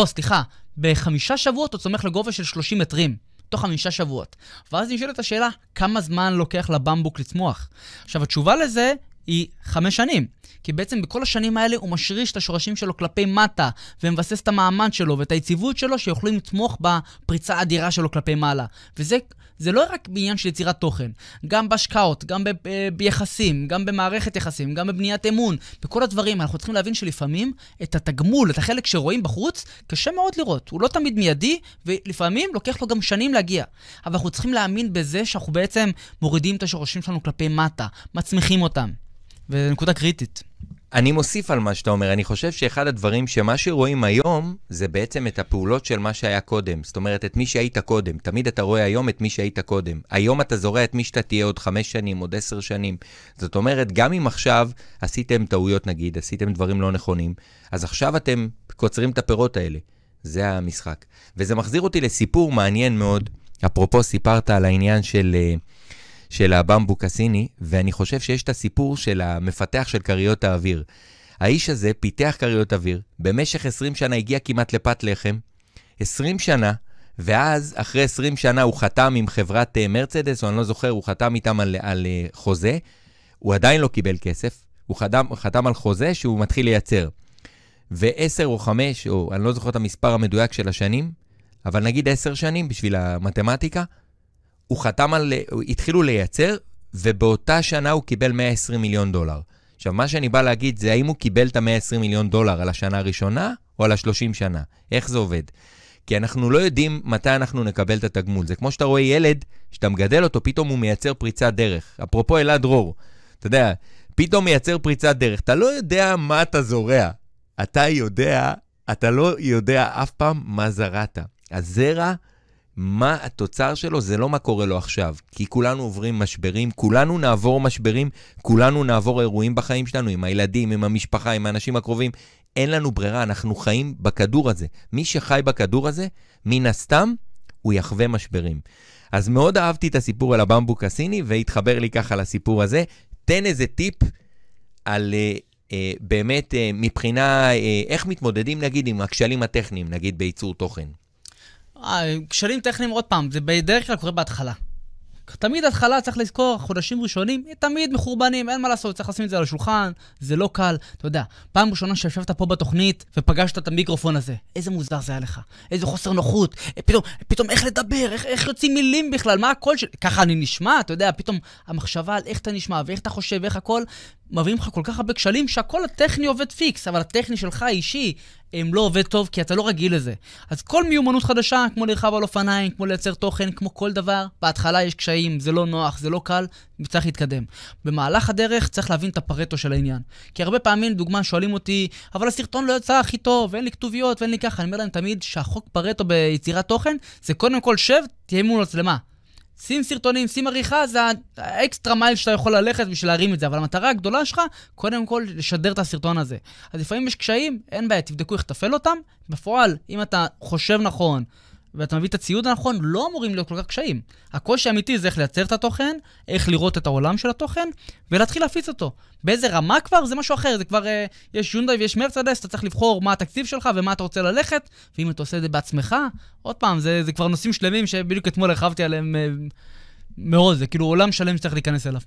ב5 שבועות הוא צומח לגובה של 30 מטרים. תוך 5 שבועות. ואז נשאלת השאלה, כמה זמן לוקח לבמבוק לצמוח? עכשיו, התשובה לזה היא 5 שנים. כי בעצם בכל השנים האלה הוא משריש את השורשים שלו כלפי מטה, ומבסס את המעמד שלו ואת היציבות שלו, שיוכלו לתמוך בפריצה האדירה שלו כלפי מעלה. וזה לא רק בעניין של יצירת תוכן, גם בהשקעות, גם ביחסים, גם במערכת יחסים, גם בבניית אמון, בכל הדברים. אנחנו צריכים להבין שלפעמים את התגמול, את החלק שרואים בחוץ, קשה מאוד לראות. הוא לא תמיד מיידי, ולפעמים לוקח לו גם שנים להגיע. אבל אנחנו צריכים להאמין בזה שאנחנו בעצם מורידים את השורשים שלנו כלפי מטה, מצמיחים אותם. וזו נקודה קריטית. אני מוסיף על מה שאתה אומר, אני חושב שאחד הדברים שמה שרואים היום, זה בעצם את הפעולות של מה שהיה קודם. זאת אומרת, את מי שהיית קודם. תמיד אתה רואה היום את מי שהיית קודם. היום אתה זורע את מי שאתה תהיה עוד 5 שנים, עוד 10 שנים. זאת אומרת, גם אם עכשיו עשיתם טעויות נגיד, עשיתם דברים לא נכונים, אז עכשיו אתם קוצרים את הפירות האלה. זה המשחק. וזה מחזיר אותי לסיפור מעניין מאוד. אפרופו, סיפרת על העניין של הבמבוק הסיני, ואני חושב שיש את הסיפור של המפתח של קריות האוויר. האיש הזה פיתח קריות אוויר, במשך 20 שנה הגיע כמעט לפת לחם, 20 שנה, ואז, אחרי 20 שנה, הוא חתם עם חברת מרצדס, או אני לא זוכר, הוא חתם איתם על חוזה, הוא עדיין לא קיבל כסף, הוא חתם על חוזה שהוא מתחיל לייצר. ו10 או 5, או אני לא זוכר את המספר המדויק של השנים, אבל נגיד 10 שנים בשביל המתמטיקה, התחילו לייצר, ובאותה שנה הוא קיבל $120 מיליון. עכשיו, מה שאני בא להגיד זה האם הוא קיבל את $120 מיליון על השנה הראשונה, או על 30 שנה. איך זה עובד? כי אנחנו לא יודעים מתי אנחנו נקבל את התגמול. זה כמו שאתה רואה ילד, שאתה מגדל אותו, פתאום הוא מייצר פריצת דרך. אפרופו אלעד דרור, אתה יודע, פתאום מייצר פריצת דרך. אתה לא יודע מה אתה זורע. אתה לא יודע אף פעם מה זרעת. הזרע, מה התוצר שלו, זה לא מה קורה לו עכשיו. כי כולנו עוברים משברים, כולנו נעבור משברים, כולנו נעבור אירועים בחיים שלנו, עם הילדים, עם המשפחה, עם האנשים הקרובים. אין לנו ברירה, אנחנו חיים בכדור הזה. מי שחי בכדור הזה, מן הסתם, הוא יחווה משברים. אז מאוד אהבתי את הסיפור על הבמבוק הסיני, והתחבר לי ככה לסיפור הזה. תן איזה טיפ על באמת מבחינה, איך מתמודדים נגיד עם הכשלים הטכניים, נגיד בייצור תוכן. כשלים טכניים עוד פעם, זה בדרך כלל קורה בהתחלה. תמיד התחלה צריך לזכור, חודשים ראשונים, תמיד מחורבנים, אין מה לעשות, צריך לשים את זה על השולחן, זה לא קל. אתה יודע, פעם ראשונה שישבת פה בתוכנית ופגשת את המיקרופון הזה, איזה מוזר זה היה לך, איזה חוסר נוחות, פתאום איך לדבר, איך יוצאים מילים בכלל, מה הכל ככה אני נשמע, אתה יודע, פתאום המחשבה על איך אתה נשמע ואיך אתה חושב ואיך הכל, מביאים לך כל כך הרבה כשלים שהכל הטכני עובד פיקס, אבל הטכני שלך אישי, הם לא עובד טוב כי אתה לא רגיל לזה. אז כל מיומנות חדשה, כמו לרכב על אופניים, כמו לייצר תוכן, כמו כל דבר, בהתחלה יש קשיים, זה לא נוח, זה לא קל, וצריך להתקדם. במהלך הדרך צריך להבין את הפרטו של העניין. כי הרבה פעמים, דוגמה, שואלים אותי, אבל הסרטון לא יצא הכי טוב, ואין לי כתוביות, ואין לי ככה. אני אומר להם תמיד שהחוק פרטו ביצירת תוכן, זה קודם כל שב, תהיה מול מצלמה. שים סרטונים, שים עריכה, זה האקסטרה מייל שאתה יכול ללכת בשביל להרים את זה, אבל המטרה הגדולה שלך, קודם כל לשדר את הסרטון הזה. אז לפעמים יש קשיים, אין בעיה, תבדקו איך תפעל אותם. בפועל, אם אתה חושב נכון, ואתה מביא את הציוד הנכון, לא אמורים להיות כל כך קשיים. הקושי האמיתי זה איך לייצר את התוכן, איך לראות את העולם של התוכן, ולהתחיל להפיץ אותו. באיזה רמה כבר? זה משהו אחר. זה כבר, יש יונדאי ויש מרצדס, אתה צריך לבחור מה התקציב שלך ומה אתה רוצה ללכת, ואם אתה עושה את זה בעצמך, עוד פעם, זה כבר נושאים שלמים שבדיוק אתמול הרחבתי עליהם מאוד. זה כאילו עולם שלם שצריך להיכנס אליו.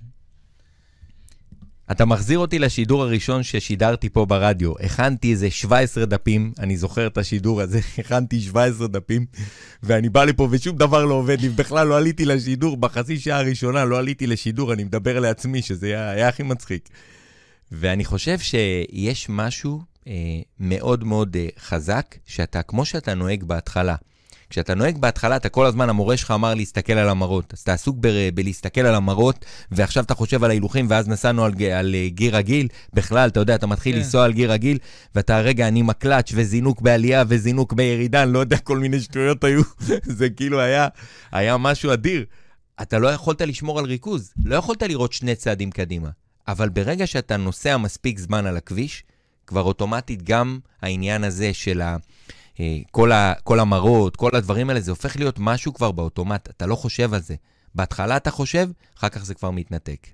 אתה מחזיר אותי לשידור הראשון ששידרתי פה ברדיו. הכנתי איזה 17 דפים, אני זוכר את השידור הזה, הכנתי 17 דפים, ואני בא לפה ושום דבר לא עובד לי, בכלל לא עליתי לשידור, בחצי שעה הראשונה לא עליתי לשידור, אני מדבר לעצמי, שזה היה הכי מצחיק. ואני חושב שיש משהו מאוד מאוד חזק, שאתה, כמו שאתה נוהג בהתחלה, כשאתה נוהג בהתחלה, אתה כל הזמן, המורה שלך אמר להסתכל על המראות. אז אתה עסוק בלהסתכל על המראות, ועכשיו אתה חושב על ההילוכים, ואז נסענו על גיר רגיל. בכלל, אתה יודע, אתה מתחיל לנסוע על גיר רגיל, ואתה רגע, אני מקלץ' וזינוק בעלייה וזינוק בירידה, אני לא יודע, כל מיני שטויות היו. זה כאילו היה משהו אדיר. אתה לא יכולת לשמור על ריכוז, לא יכולת לראות 2 צעדים קדימה. אבל ברגע שאתה נוסע מספיק זמן על הכביש, כבר אוטומטית גם העניין הזה של כל המראות, כל הדברים האלה, זה הופך להיות משהו כבר באוטומט. אתה לא חושב על זה. בהתחלה אתה חושב, אחר כך זה כבר מתנתק.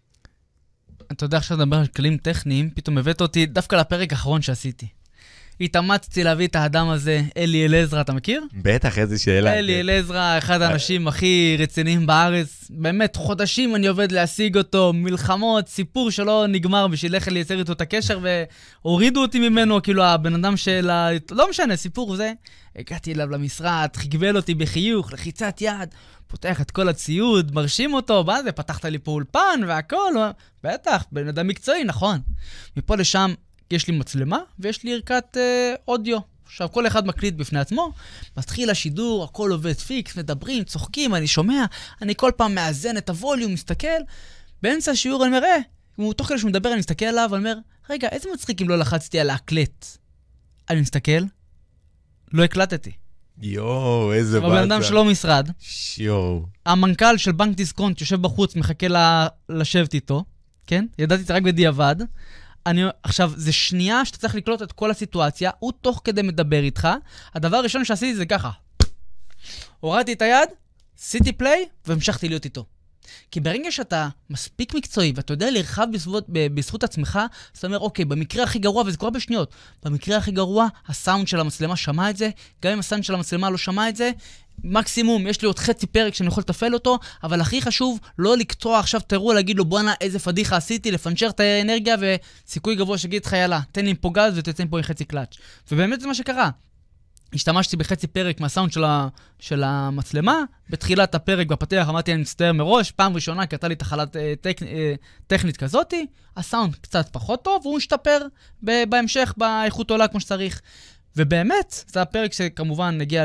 אתה יודע, עכשיו לדבר על כלים טכניים, פתאום הבאת אותי דווקא לפרק האחרון שעשיתי. התאמצתי להביא את האדם הזה, אלי אלעזרה, אתה מכיר? בטח, איזה שאלה. אלי אלעזרה, אחד האנשים הכי רציניים בארץ. באמת, חודשים אני עובד להשיג אותו, מלחמות, סיפור שלא נגמר בשביל איך לייצר איתו את הקשר, והורידו אותי ממנו, כאילו הבן אדם של לא משנה, סיפור זה. הגעתי אליו למשרד, חיגבל אותי בחיוך, לחיצת יד, פותח את כל הציוד, מרשים אותו, זה, פתחת לי פה אולפן והכל, בטח, בן אדם מקצועי, נכון. מפה לשם, יש לי מצלמה ויש לי ערכת אודיו. עכשיו, כל אחד מקליט בפני עצמו, מתחיל השידור, הכל עובד פיקס, מדברים, צוחקים, אני שומע, אני כל פעם מאזן את הווליום, מסתכל, באמצע השיעור אני מראה, תוך כדי שהוא מדבר, אני מסתכל עליו, ואני אומר, רגע, איזה מצחיק אם לא לחצתי על להקלט? אני מסתכל, לא הקלטתי. יואו, איזה בעצה. הבן אדם שלו משרד. יואו. המנכ"ל של בנק דיסקונט יושב בחוץ, מחכה לשבת איתו, כן? ידעתי את זה רק בדיעבד. עכשיו, זה שנייה שאתה צריך לקלוט את כל הסיטואציה, הוא תוך כדי מדבר איתך. הדבר הראשון שעשיתי זה ככה. הורדתי את היד, עשיתי פליי, והמשכתי להיות איתו. כי ברגע שאתה מספיק מקצועי, ואתה יודע לרחב בזכות עצמך, אז אתה אומר, אוקיי, במקרה הכי גרוע, וזה קורה בשניות, במקרה הכי גרוע, הסאונד של המצלמה שמע את זה, גם אם הסאונד של המצלמה לא שמע את זה, מקסימום, יש לי עוד חצי פרק שאני יכול לתפעל אותו, אבל הכי חשוב, לא לקטוע עכשיו תראו, להגיד לו, בואנה, איזה פדיחה עשיתי, לפנצ'ר את האנרגיה, וסיכוי גבוה שגיד לך, יאללה, תן לי פה גז ותצא פה עם חצי קלאץ'. ובאמת זה מה שקרה. השתמשתי בחצי פרק מהסאונד של המצלמה, בתחילת הפרק בפתח אמרתי אני מצטער מראש, פעם ראשונה קרתה לי תחלת טכנית כזאת, הסאונד קצת פחות טוב, והוא משתפר בהמשך באיכות עולה כמו שצריך. ובאמת, זה הפרק שכמובן הגיע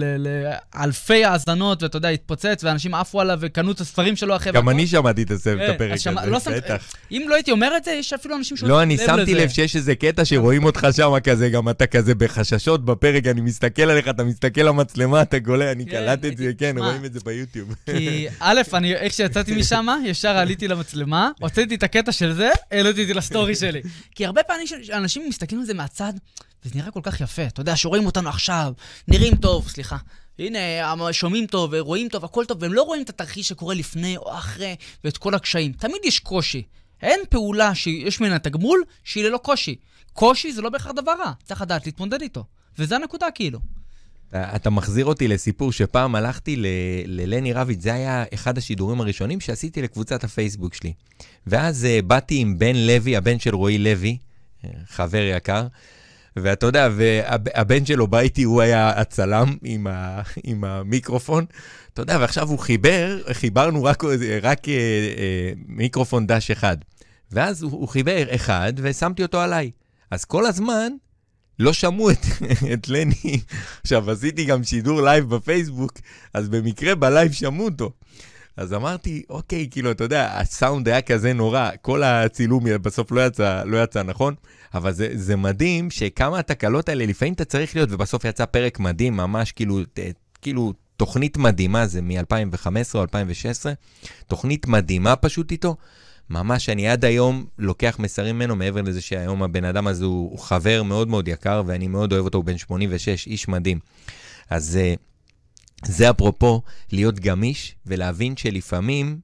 לאלפי האזנות, ואתה יודע, התפוצץ, ואנשים עפו עליו וקנו את הספרים שלו אחרי... גם אני שמעתי את הפרק הזה, בטח. אם לא הייתי אומר את זה, יש אפילו אנשים לא, אני שמתי לב שיש איזה קטע שרואים אותך שם כזה, גם אתה כזה בחששות בפרק, אני מסתכל עליך, אתה מסתכל למצלמה, אתה גולה, אני קלט את זה, כן, רואים את זה ביוטיוב. כי א', איך שיצאתי משם, ישר עליתי למצלמה, הוצאתי את הקטע של זה, העליתי את זה לסטורי שלי. כי הרבה פעמים אנשים מסתכלים על זה מהצד, וזה נראה כל כך יפה. אתה יודע, שרואים אותנו עכשיו, נראים טוב, סליחה. הנה, שומעים טוב, רואים טוב, הכל טוב, והם לא רואים את התרחיש שקורה לפני או אחרי, ואת כל הקשיים. תמיד יש קושי. אין פעולה שיש ממנה תגמול שהיא ללא קושי. קושי זה לא בהכרח דבר רע. צריך לדעת להתמודד איתו. וזה הנקודה כאילו. אתה מחזיר אותי לסיפור שפעם הלכתי ללני רביץ, זה היה אחד השידורים הראשונים שעשיתי לקבוצת הפייסבוק שלי. ואז באתי עם בן לוי, הבן של רועי לוי, חבר יקר, ואתה יודע, והבן שלו בא איתי, הוא היה הצלם עם המיקרופון, אתה יודע, ועכשיו הוא חיברנו רק מיקרופון דש אחד. ואז הוא חיבר אחד, ושמתי אותו עליי. אז כל הזמן לא שמעו את לני. עכשיו, עשיתי גם שידור לייב בפייסבוק, אז במקרה בלייב שמעו אותו. אז אמרתי, אוקיי, כאילו, אתה יודע, הסאונד היה כזה נורא, כל הצילום בסוף לא יצא נכון, אבל זה מדהים שכמה התקלות האלה, לפעמים אתה צריך להיות, ובסוף יצא פרק מדהים, ממש כאילו תוכנית מדהימה, זה מ-2015 או 2016, תוכנית מדהימה פשוט איתו, ממש אני עד היום לוקח מסרים ממנו, מעבר לזה שהיום הבן אדם הזה הוא חבר מאוד מאוד יקר, ואני מאוד אוהב אותו, הוא בן 86, איש מדהים. אז זה אפרופו להיות גמיש, ולהבין שלפעמים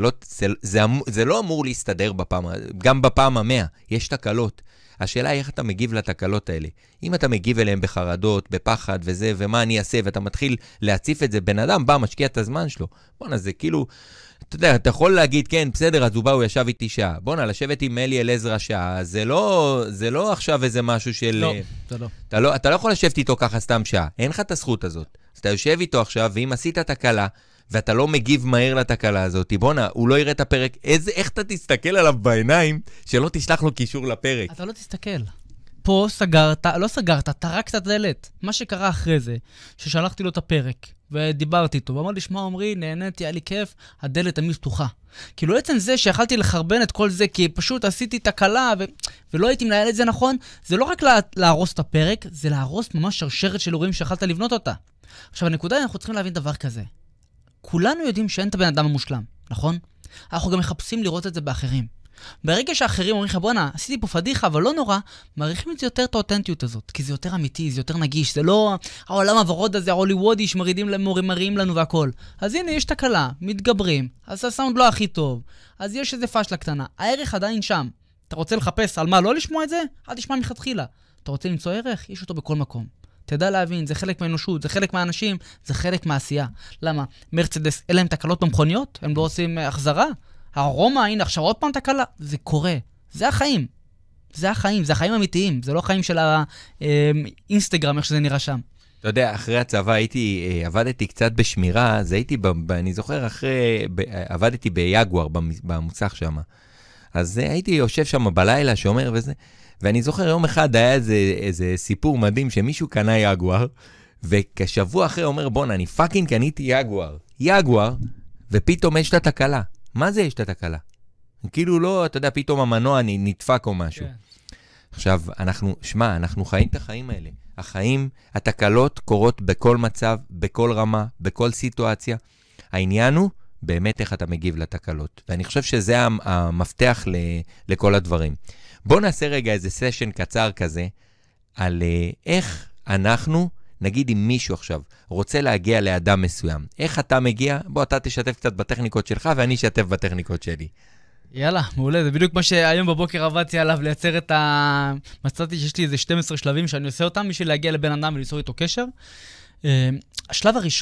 זה לא אמור להסתדר גם בפעם ה-100, יש תקלות. השאלה היא איך אתה מגיב לתקלות האלה. אם אתה מגיב אליהם בחרדות, בפחד וזה, ומה אני אעשה, ואתה מתחיל להציף את זה, בן אדם בא, משקיע את הזמן שלו. בוא'נה, זה כאילו, אתה יודע, אתה יכול להגיד, כן, בסדר, אז הוא בא, הוא ישב איתי שעה. בוא'נה, לשבת עם אלי אלעזר שעה, זה לא עכשיו איזה משהו של... לא, זה לא. אתה לא יכול לשבת איתו ככה סתם שעה. אין לך את הזכות הזאת. אז אתה יושב איתו עכשיו, ואם עשית תקלה, ואתה לא מגיב מהר לתקלה הזאת, בונה, הוא לא יראה את הפרק, איך אתה תסתכל עליו בעיניים, שלא תשלח לו קישור לפרק? אתה לא תסתכל. פה לא סגרת, טרקת את הדלת. מה שקרה אחרי זה, ששלחתי לו את הפרק, ודיברתי איתו, ואמר לי, שמע עומרי, נהניתי, היה לי כיף, הדלת תמיד פתוחה. כאילו עצם זה שיכלתי לחרבן את כל זה, כי פשוט עשיתי תקלה, ולא הייתי מנהל את זה נכון, זה לא רק להרוס את הפרק, זה להרוס ממש שרשרת של אירועים שיכלת לבנות אותה. עכשיו, הנקודה, אנחנו צריכים להבין דבר כזה. כולנו יודעים שאין את הבן אדם המושלם, נכון? אנחנו גם מחפשים לראות את זה באחרים. ברגע שאחרים אומרים לך, בואנה, עשיתי פה פדיחה, אבל לא נורא, מעריכים את זה יותר את האותנטיות הזאת, כי זה יותר אמיתי, זה יותר נגיש, זה לא העולם הוורוד הזה, ההוליוודי, שמראים לנו והכל. אז הנה, יש תקלה, מתגברים, אז הסאונד לא הכי טוב, אז יש איזה פשלה קטנה, הערך עדיין שם. אתה רוצה לחפש על מה לא לשמוע את זה? אל תשמע מלכתחילה. אתה רוצה למצוא ערך? יש אותו בכל מקום. תדע להבין, זה חלק מהאנושות, זה חלק מהאנשים, זה חלק מהעשייה. למה? מרצדס, אלה הם תקלות במכוניות? הם לא עושים החזרה? הרומא, הנה, עכשיו עוד פעם תקלה? זה קורה. זה החיים. זה החיים, זה החיים אמיתיים. זה לא החיים של האינסטגרם, איך שזה נראה שם. אתה יודע, אחרי הצבא עבדתי קצת בשמירה, אז אני זוכר עבדתי ביגואר, במוצח שם. אז הייתי יושב שם בלילה, שומר וזה. ואני זוכר יום אחד היה איזה סיפור מדהים שמישהו קנה יגואר, וכשבוע אחרי אומר, בוא'נה, אני פאקינג קניתי יגואר, ופתאום יש את התקלה. מה זה יש את התקלה? כאילו לא, אתה יודע, פתאום המנוע נדפק או משהו. עכשיו, אנחנו חיים את החיים האלה. החיים, התקלות קורות בכל מצב, בכל רמה, בכל סיטואציה. העניין הוא באמת איך אתה מגיב לתקלות. ואני חושב שזה המפתח לכל הדברים. בוא נעשה רגע איזה סשן קצר כזה, על איך אנחנו, נגיד אם מישהו עכשיו, רוצה להגיע לאדם מסוים. איך אתה מגיע? בוא, אתה תשתף קצת בטכניקות שלך, ואני אשתף בטכניקות שלי. יאללה, מעולה. זה בדיוק מה שהיום בבוקר עבדתי עליו, לייצר את מצאתי שיש לי איזה 12 שלבים שאני עושה אותם, בשביל להגיע לבן אדם וליצור איתו קשר. השלב הראשון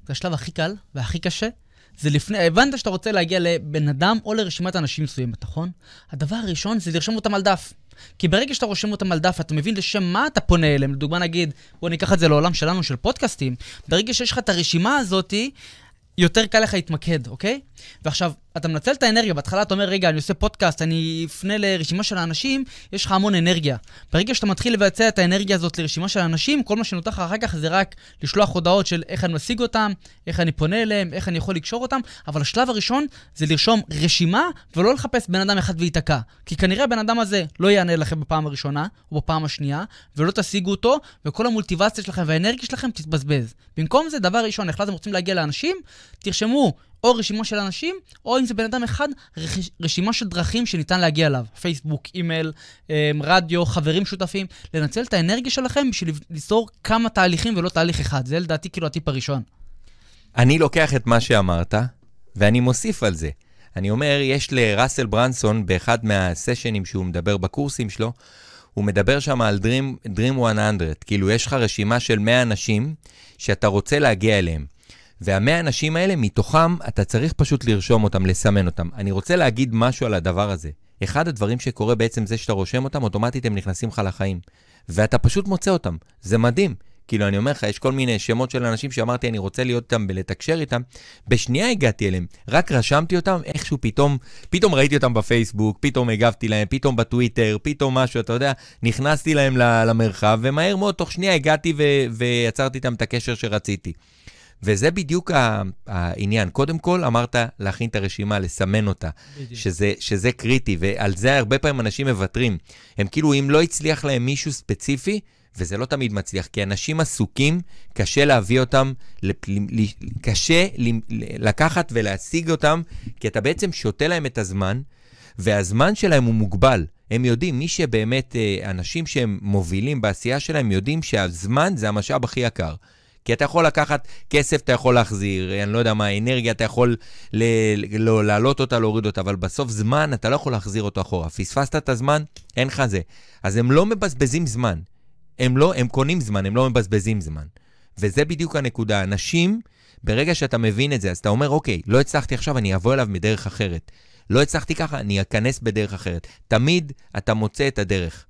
זה השלב הכי קל והכי קשה. זה לפני, הבנת שאתה רוצה להגיע לבן אדם או לרשימת אנשים מסוימת, נכון? הדבר הראשון זה לרשום אותם על דף. כי ברגע שאתה רושם אותם על דף, אתה מבין לשם מה אתה פונה אליהם. לדוגמה נגיד, בוא ניקח את זה לעולם שלנו של פודקאסטים. ברגע שיש לך את הרשימה הזאת, יותר קל לך להתמקד, אוקיי? ועכשיו, אתה מנצל את האנרגיה, בהתחלה אתה אומר, רגע, אני עושה פודקאסט, אני אפנה לרשימה של האנשים, יש לך המון אנרגיה. ברגע שאתה מתחיל לבצע את האנרגיה הזאת לרשימה של האנשים, כל מה שנותר לך אחר כך זה רק לשלוח הודעות של איך אני משיג אותם, איך אני פונה אליהם, איך אני יכול לקשור אותם, אבל השלב הראשון זה לרשום רשימה, ולא לחפש בן אדם אחד ויתקע. כי כנראה הבן אדם הזה לא יענה לכם בפעם הראשונה, או בפעם השנייה, ולא תשיגו אותו, וכל המוטיבציה שלכם והאנרגיה שלכם תתבזבז. במקום זה, דבר ראשון, החלטתם רוצים להגיע לאנשים, תרשמו או רשימה של אנשים, או אם זה בן אדם אחד, רשימה של דרכים שניתן להגיע אליו. פייסבוק, אימייל, רדיו, חברים שותפים. לנצל את האנרגיה שלכם בשביל ליצור כמה תהליכים ולא תהליך אחד. זה לדעתי כאילו הטיפ הראשון. אני לוקח את מה שאמרת, ואני מוסיף על זה. אני אומר, יש לראסל ברנסון, באחד מהסשנים שהוא מדבר בקורסים שלו, הוא מדבר שם על Dream 100. כאילו, יש לך רשימה של 100 אנשים שאתה רוצה להגיע אליהם. וה100 אנשים האלה, מתוכם, אתה צריך פשוט לרשום אותם, לסמן אותם. אני רוצה להגיד משהו על הדבר הזה. אחד הדברים שקורה בעצם זה שאתה רושם אותם, אוטומטית הם נכנסים לך לחיים. ואתה פשוט מוצא אותם. זה מדהים. כאילו, אני אומר לך, יש כל מיני שמות של אנשים שאמרתי, אני רוצה להיות איתם ולתקשר איתם. בשנייה הגעתי אליהם. רק רשמתי אותם, איכשהו פתאום ראיתי אותם בפייסבוק, פתאום הגבתי להם, פתאום בטוויטר, פתאום משהו, אתה יודע, נכנסתי להם למרחב, ומהר מאוד, תוך שנייה הגעתי ויצרתי איתם את הקשר שרציתי. וזה בדיוק העניין. קודם כל, אמרת להכין את הרשימה, לסמן אותה, שזה קריטי, ועל זה הרבה פעמים אנשים מבטרים. הם כאילו, אם לא הצליח להם מישהו ספציפי, וזה לא תמיד מצליח, כי אנשים עסוקים, קשה להביא אותם, קשה לקחת ולהשיג אותם, כי אתה בעצם שותה להם את הזמן, והזמן שלהם הוא מוגבל. הם יודעים, מי שבאמת, אנשים שהם מובילים בעשייה שלהם, יודעים שהזמן זה המשאב הכי יקר. כי אתה יכול לקחת כסף, אתה יכול להחזיר, אני לא יודע מה, אנרגיה, אתה יכול להעלות אותה, להוריד אותה, אבל בסוף זמן, אתה לא יכול להחזיר אותו אחורה. פספסת את הזמן, אין לך זה. אז הם לא מבזבזים זמן. הם קונים זמן, הם לא מבזבזים זמן. וזה בדיוק הנקודה. אנשים, ברגע שאתה מבין את זה, אז אתה אומר, אוקיי, לא הצלחתי עכשיו, אני אבוא אליו מדרך אחרת. לא הצלחתי ככה, אני אכנס בדרך אחרת. תמיד אתה מוצא את הדרך.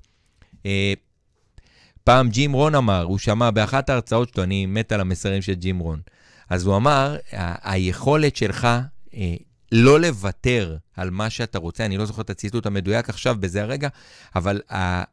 פעם ג'ים רון אמר, הוא שמע באחת ההרצאות שלו, אני מת על המסרים של ג'ים רון. אז הוא אמר, היכולת שלך לא לוותר על מה שאתה רוצה, אני לא זוכר את הציטוט המדויק עכשיו בזה הרגע, אבל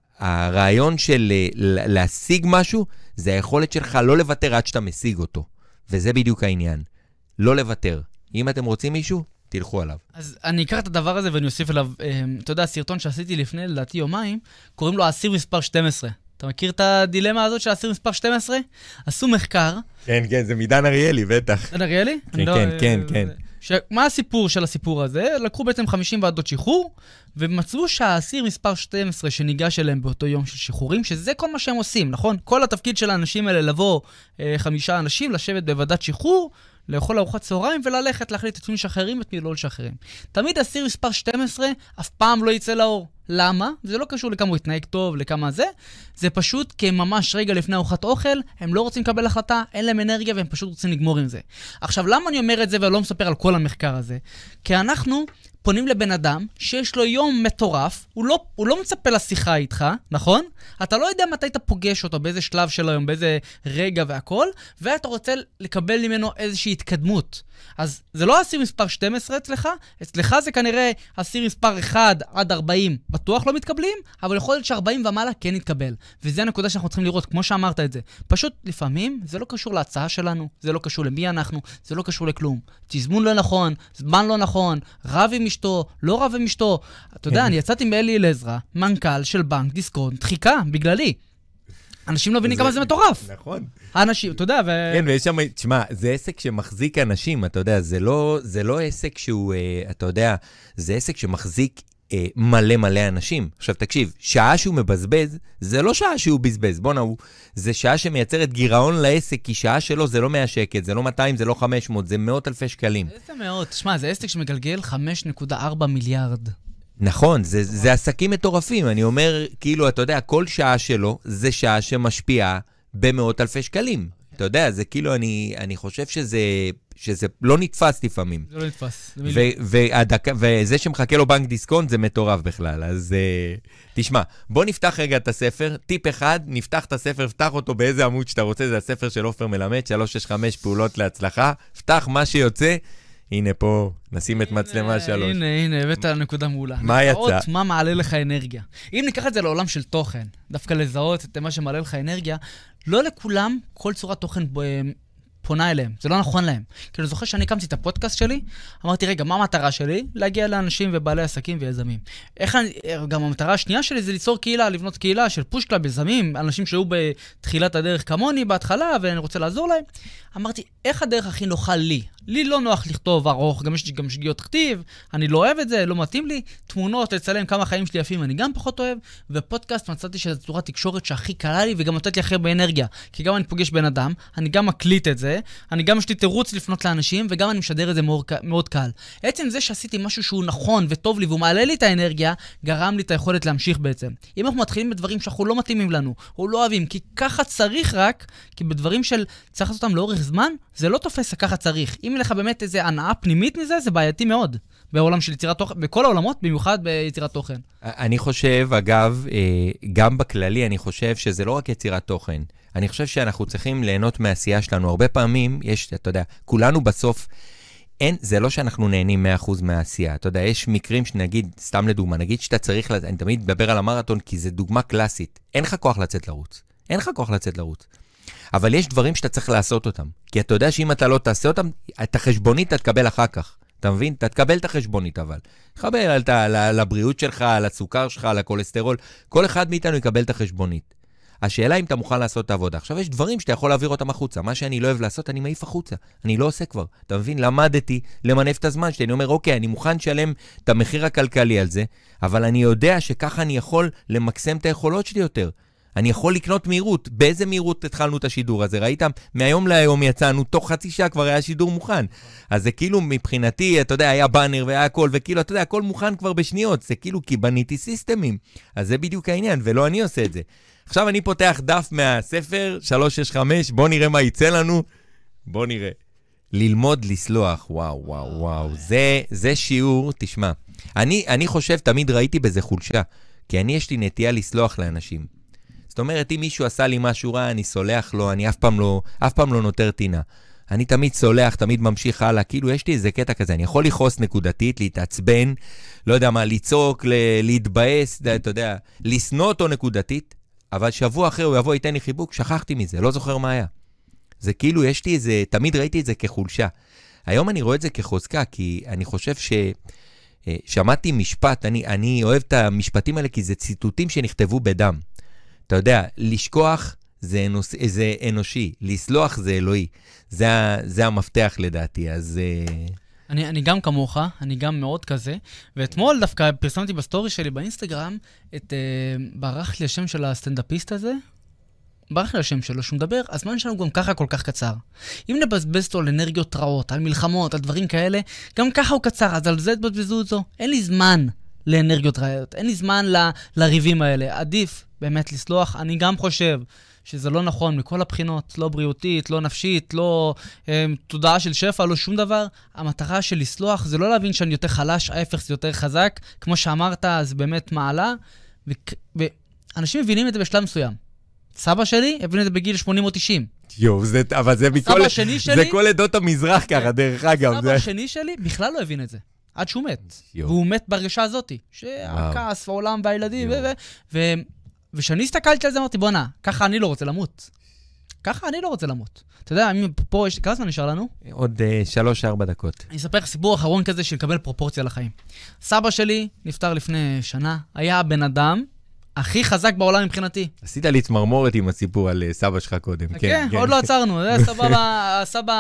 הרעיון של להשיג משהו, זה היכולת שלך לא לוותר עד שאתה משיג אותו. וזה בדיוק העניין. לא לוותר. אם אתם רוצים מישהו, תלכו עליו. אז אני אקח את הדבר הזה ואני אוסיף אליו, אתה יודע, הסרטון שעשיתי לפני, לדעתי יומיים, קוראים לו האסיר מספר 12. אתה מכיר את הדילמה הזאת של האסיר מספר 12? עשו מחקר. כן, כן, זה מדן אריאלי, בטח. דן אריאלי? כן. מה הסיפור של הסיפור הזה? לקחו בעצם 50 ועדות שחרור, ומצאו שהאסיר מספר 12 שניגש אליהם באותו יום של שחרורים, שזה כל מה שהם עושים, נכון? כל התפקיד של האנשים האלה לבוא 5 אנשים, לשבת בוועדת שחרור, לאכול ארוחת צהריים וללכת להחליט את מי לשחררים ואת מי לא לשחררים. תמיד אסיר מספר 12 אף פעם לא יצא לאור. למה? זה לא קשור לכמה הוא יתנהג טוב, לכמה זה פשוט כי ממש רגע לפני ארוחת אוכל, הם לא רוצים לקבל החלטה, אין להם אנרגיה והם פשוט רוצים לגמור עם זה. עכשיו, למה אני אומר את זה ולא מספר על כל המחקר הזה? כי אנחנו פונים לבן אדם שיש לו יום מטורף, הוא לא מצפה לשיחה איתך, נכון? אתה לא יודע מתי אתה פוגש אותו, באיזה שלב של היום, באיזה רגע והכל, ואתה רוצה לקבל ממנו איזושהי התקדמות. אז זה לא אסיר מספר 12 אצלך זה כנראה אסיר מספר 1 עד 40 בטוח לא מתקבלים, אבל יכול להיות ש40 ומעלה כן יתקבל. וזה הנקודה שאנחנו צריכים לראות, כמו שאמרת את זה. פשוט לפעמים זה לא קשור להצעה שלנו, זה לא קשור למי אנחנו, זה לא קשור לכלום. תזמון לא נכון, זמן לא נכון, רב עם אשתו, לא רב עם אשתו. אתה יודע, אני יצאתי עם אלי אלעזרה, מנכ"ל של בנק דיסקונט, דחיקה בגללי. אנשים לא מבינים כמה זה מטורף. נכון. האנשים, אתה יודע, כן, ויש שם, תשמע, זה עסק שמחזיק אנשים, אתה יודע, זה לא עסק שהוא, אתה יודע, זה עסק שמחזיק מלא אנשים. עכשיו תקשיב, שעה שהוא מבזבז, זה לא שעה שהוא בזבז, בוא נאו, זה שעה שמייצרת גירעון לעסק, כי שעה שלו זה לא 100 שקל, זה לא 200, זה לא 500, זה מאות אלפי שקלים. איזה מאות, תשמע, זה עסק שמגלגל 5.4 מיליארד. נכון, זה עסקים מטורפים, אני אומר, כאילו, אתה יודע, כל שעה שלו, זה שעה שמשפיעה במאות אלפי שקלים. אתה יודע, זה כאילו, אני חושב שזה לא נתפס לפעמים. זה לא נתפס. וזה שמחכה לו בנק דיסקונט, זה מטורף בכלל. אז תשמע, בוא נפתח רגע את הספר. טיפ אחד, נפתח את הספר, פתח אותו באיזה עמוד שאתה רוצה, זה הספר של עופר מלמד, 365 פעולות להצלחה. פתח מה שיוצא. הנה פה, נשים את מצלמה 3. הנה, הבאת נקודה מעולה. מה יצא? מה מעלה לך אנרגיה. אם ניקח את זה לעולם של תוכן, דווקא לזהות את מה שמעלה לך אנרגיה, לא לכולם כל צורת תוכן פונה אליהם, זה לא נכון להם. כי אני זוכר שאני הקמתי את הפודקאסט שלי, אמרתי, רגע, מה המטרה שלי? להגיע לאנשים ובעלי עסקים ויזמים. גם המטרה השנייה שלי זה ליצור קהילה, לבנות קהילה של פוש קלאב, יזמים, אנשים שהיו בתחילת הדרך כמוני בהתחלה, ואני רוצה לעזור להם. אמרתי, איך הדרך הכי נוחה לי? לי לא נוח לכתוב ארוך, גם יש לי גם שגיאות כתיב, אני לא אוהב את זה, לא מתאים לי. תמונות, לצלם כמה חיים שלי יפים, אני גם פחות אוהב. ופודקאסט מצאתי שזו צורת תקשורת שהכי קלה לי, וגם נותנת לי הכי באנרגיה. כי גם אני פוגש בן אדם, אני גם מקליט את זה, אני גם יש לי תירוץ לפנות לאנשים, וגם אני משדר את זה מאוד קל. עצם זה שעשיתי משהו שהוא נכון וטוב לי, והוא מעלה לי את האנרגיה, גרם לי את היכולת להמשיך בעצם. אם אנחנו מתחילים בדברים שאנחנו לא מתאימים לנו, או לא אוהבים, כי ככה צריך רק, כי בדברים של צריך לעשות אותם לאורך זמן, זה לא תופס ככה צריך. אם לך באמת איזו הנאה פנימית מזה, זה בעייתי מאוד. בעולם של יצירת תוכן, בכל העולמות, במיוחד ביצירת תוכן. אני חושב, אגב, גם בכללי, אני חושב שזה לא רק יצירת תוכן. אני חושב שאנחנו צריכים ליהנות מהעשייה שלנו. הרבה פעמים יש, אתה יודע, כולנו בסוף, זה לא שאנחנו נהנים 100% מהעשייה. אתה יודע, יש מקרים שנגיד, סתם לדוגמה, נגיד שאתה צריך, אני תמיד מדבר על המרתון, כי זה דוגמה קלאסית. אין לך כוח לצאת לרוץ. אין לך כוח לצאת לרוץ. אבל יש דברים שאתה צריך לעשות אותם. כי אתה יודע שאם אתה לא תעשה אותם, את החשבונית אתה תקבל אחר כך. אתה מבין? אתה תקבל את החשבונית, אבל. תקבל לבריאות שלך, לסוכר שלך, לכולסטרול. כל אחד מאיתנו יקבל את החשבונית. השאלה אם אתה מוכן לעשות את העבודה. עכשיו יש דברים שאתה יכול להעביר אותם החוצה. מה שאני לא אוהב לעשות, אני מעיף החוצה. אני לא עושה כבר. אתה מבין? למדתי למנף את הזמן שלי. אני אומר, אוקיי, אני מוכן לשלם את המחיר הכלכלי על זה, אבל אני יודע שככה אני יכול למקסם את היכולות שלי יותר. אני יכול לקנות מהירות. באיזה מהירות התחלנו את השידור הזה? ראיתם? מהיום להיום יצאנו, תוך חצי שעה כבר היה שידור מוכן. אז זה כאילו מבחינתי, אתה יודע, היה בנר והיה הכל, וכאילו, אתה יודע, הכל מוכן כבר בשניות. זה כאילו, כי בניתי סיסטמים. אז זה בדיוק העניין, ולא אני עושה את זה. עכשיו אני פותח דף מהספר, 365, בוא נראה מה יצא לנו. בוא נראה. ללמוד לסלוח, וואו, וואו, וואו. זה שיעור, תשמע. אני חושב, תמיד ראיתי בזה חולשה, כי יש לי נטייה לסלוח לאנשים. זאת אומרת, אם מישהו עשה לי משהו רע, אני סולח לו, אני אף פעם לא נותר טינה. אני תמיד סולח, תמיד ממשיך הלאה, כאילו יש לי איזה קטע כזה, אני יכול לכעוס נקודתית, להתעצבן, לא יודע מה, לצעוק, להתבאס, אתה יודע, לשנוא אותו נקודתית, אבל שבוע אחרי הוא יבוא, ייתן לי חיבוק, שכחתי מזה, לא זוכר מה היה. זה כאילו, יש לי איזה, תמיד ראיתי את זה כחולשה. היום אני רואה את זה כחוזקה, כי אני חושב שמעתי משפט, אני אוהב את המשפטים האלה, כי זה ציטוטים שנכתבו בדם. אתה יודע, לשכוח זה אנושי, לסלוח זה אלוהי. זה המפתח לדעתי, אז... אני גם כמוך, אני גם מאוד כזה, ואתמול דווקא פרסמתי בסטורי שלי באינסטגרם, ברח לי השם של הסטנדאפיסט הזה, ברח לי השם שלו, שהוא מדבר, הזמן שלנו גם ככה כל כך קצר. אם נבזבז אותו על אנרגיות רעות, על מלחמות, על דברים כאלה, גם ככה הוא קצר, אז על זה תבזבזו אותו. אין לי זמן לאנרגיות רעות, אין לי זמן לריבים האלה. עדיף באמת לסלוח. אני גם חושב שזה לא נכון מכל הבחינות, לא בריאותית, לא נפשית, לא תודעה של שפע, לא שום דבר. המטרה של לסלוח זה לא להבין שאני יותר חלש, ההפך זה יותר חזק. כמו שאמרת, זה באמת מעלה. ואנשים מבינים את זה בשלב מסוים. סבא שלי הבין את זה בגיל 80 או 90. יו, אבל זה כל עדות המזרח ככה, דרך אגב. סבא השני שלי בכלל לא הבין את זה. עד שהוא מת. והוא מת בהרגשה הזאת. שהכעס והעולם והילדים ושאני הסתכלתי על זה, אמרתי, בוא נע, ככה אני לא רוצה למות. ככה אני לא רוצה למות. אתה יודע, פה יש, כמה זמן נשאר לנו? עוד 3-4 דקות. אני אספר לך סיפור אחרון כזה שנקבל פרופורציה לחיים. סבא שלי נפטר לפני שנה, היה הבן אדם הכי חזק בעולם מבחינתי. עשית לי צמרמורת עם הסיפור על סבא שלך קודם. כן, עוד לא עצרנו. הסבא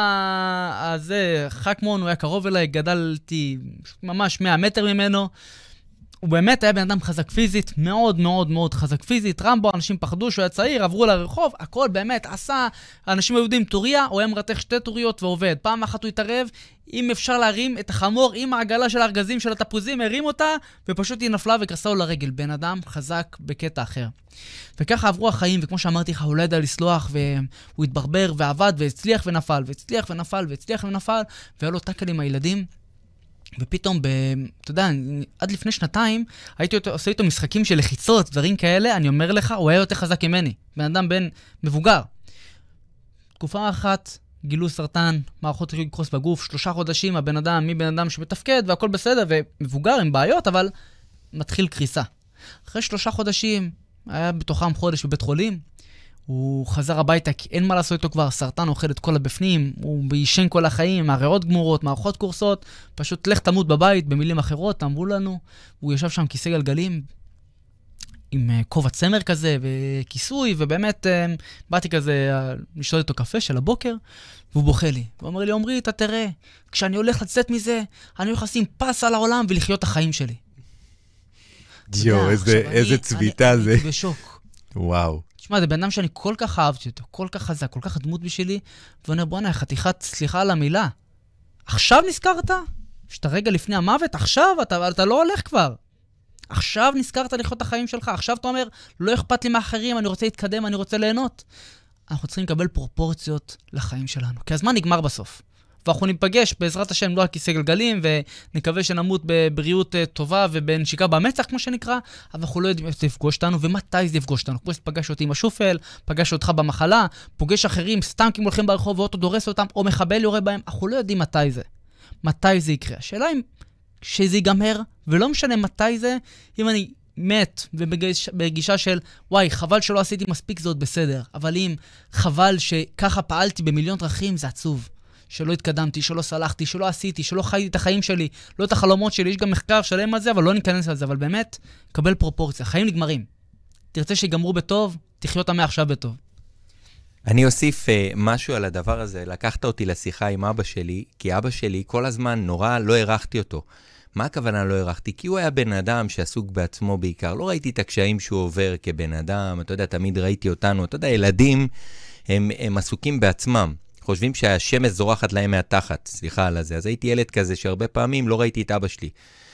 הזה, חכמון, הוא היה קרוב אליי, גדלתי ממש 100 מטר ממנו. הוא באמת היה בן אדם חזק פיזית, מאוד מאוד מאוד חזק פיזית. רמבו, אנשים פחדו שהוא היה צעיר, עברו לרחוב, הכל באמת עשה. אנשים היהודים טוריה, הוא היה מרתך 2 טוריות ועובד. פעם אחת הוא התערב, אם אפשר להרים את החמור עם העגלה של הארגזים של התפוזים, הרים אותה, ופשוט היא נפלה וקרסה לו לרגל. בן אדם חזק בקטע אחר. וככה עברו החיים, וכמו שאמרתי לך, הוא לא ידע לסלוח, והוא התברבר ועבד, והצליח ונפל, והצליח ונפל, והצליח ונפל, והיה לו טאקל עם הילדים. ופתאום, אתה יודע, עד לפני 2 הייתי עושה איתו משחקים של לחיצות, דברים כאלה, אני אומר לך, הוא היה יותר חזק ממני. בן אדם בן מבוגר. תקופה אחת, גילו סרטן, מערכות קרוס בגוף, 3 חודשים, הבן אדם, מבן אדם שמתפקד, והכל בסדר, ומבוגר עם בעיות, אבל מתחיל קריסה. אחרי 3 חודשים, היה בתוכם חודש בבית חולים, הוא חזר הביתה כי אין מה לעשות איתו כבר, סרטן אוכל את כל הבפנים, הוא בישן כל החיים, הריאות גמורות, מערכות קורסות, פשוט לך תמות בבית, במילים אחרות, אמרו לנו, הוא ישב שם כיסא גלגלים, עם כובע צמר כזה וכיסוי, ובאמת באתי כזה לשתות איתו קפה של הבוקר, והוא בוכה לי. הוא אומר לי, עומרי, אתה תראה, כשאני הולך לצאת מזה, אני הולך לשים פס על העולם ולחיות את החיים שלי. ג'ו, איזה צביטה זה. אני בשוק. וואו. תשמע, זה בן אדם שאני כל כך אהבתי אותו, כל כך חזק, כל כך דמות בשבילי, ואומר, בוא'נה, חתיכת, סליחה על המילה. עכשיו נזכרת? שאתה רגע לפני המוות? עכשיו? אתה לא הולך כבר. עכשיו נזכרת לחיות את החיים שלך. עכשיו אתה אומר, לא אכפת לי מאחרים, אני רוצה להתקדם, אני רוצה ליהנות. אנחנו צריכים לקבל פרופורציות לחיים שלנו, כי הזמן נגמר בסוף. ואנחנו ניפגש בעזרת השם לא על כיסא גלגלים, ונקווה שנמות בבריאות טובה ובנשיקה במצח, כמו שנקרא, אבל אנחנו לא יודעים איך זה יפגוש אותנו, ומתי זה יפגוש אותנו. כמו שפגש אותי עם השופל, פגש אותך במחלה, פוגש אחרים, סתם כי הם הולכים ברחוב ואוטו דורס אותם, או מחבל יורה בהם, אנחנו לא יודעים מתי זה. מתי זה יקרה. השאלה אם שזה ייגמר, ולא משנה מתי זה, אם אני מת ובגישה של, וואי, חבל שלא עשיתי מספיק, זה עוד בסדר. אבל אם חבל שככה פעלתי במיליון דרכים, זה עצוב. שלא התקדמתי, שלא סלחתי, שלא עשיתי, שלא חייתי את החיים שלי, לא את החלומות שלי, יש גם מחקר שלם על זה, אבל לא ניכנס על זה, אבל באמת, קבל פרופורציה, חיים נגמרים. תרצה שיגמרו בטוב, תחיות אותם מעכשיו בטוב. אני אוסיף משהו על הדבר הזה, לקחת אותי לשיחה עם אבא שלי, כי אבא שלי כל הזמן נורא לא הערכתי אותו. מה הכוונה לא הערכתי? כי הוא היה בן אדם שעסוק בעצמו בעיקר, לא ראיתי את הקשיים שהוא עובר כבן אדם, אתה יודע, תמיד ראיתי אותנו, אתה יודע, ילדים הם עסוקים בעצמם. חושבים שהשמש זורחת להם מהתחת, סליחה על זה. אז הייתי ילד כזה שהרבה פעמים לא ראיתי את אבא שלי.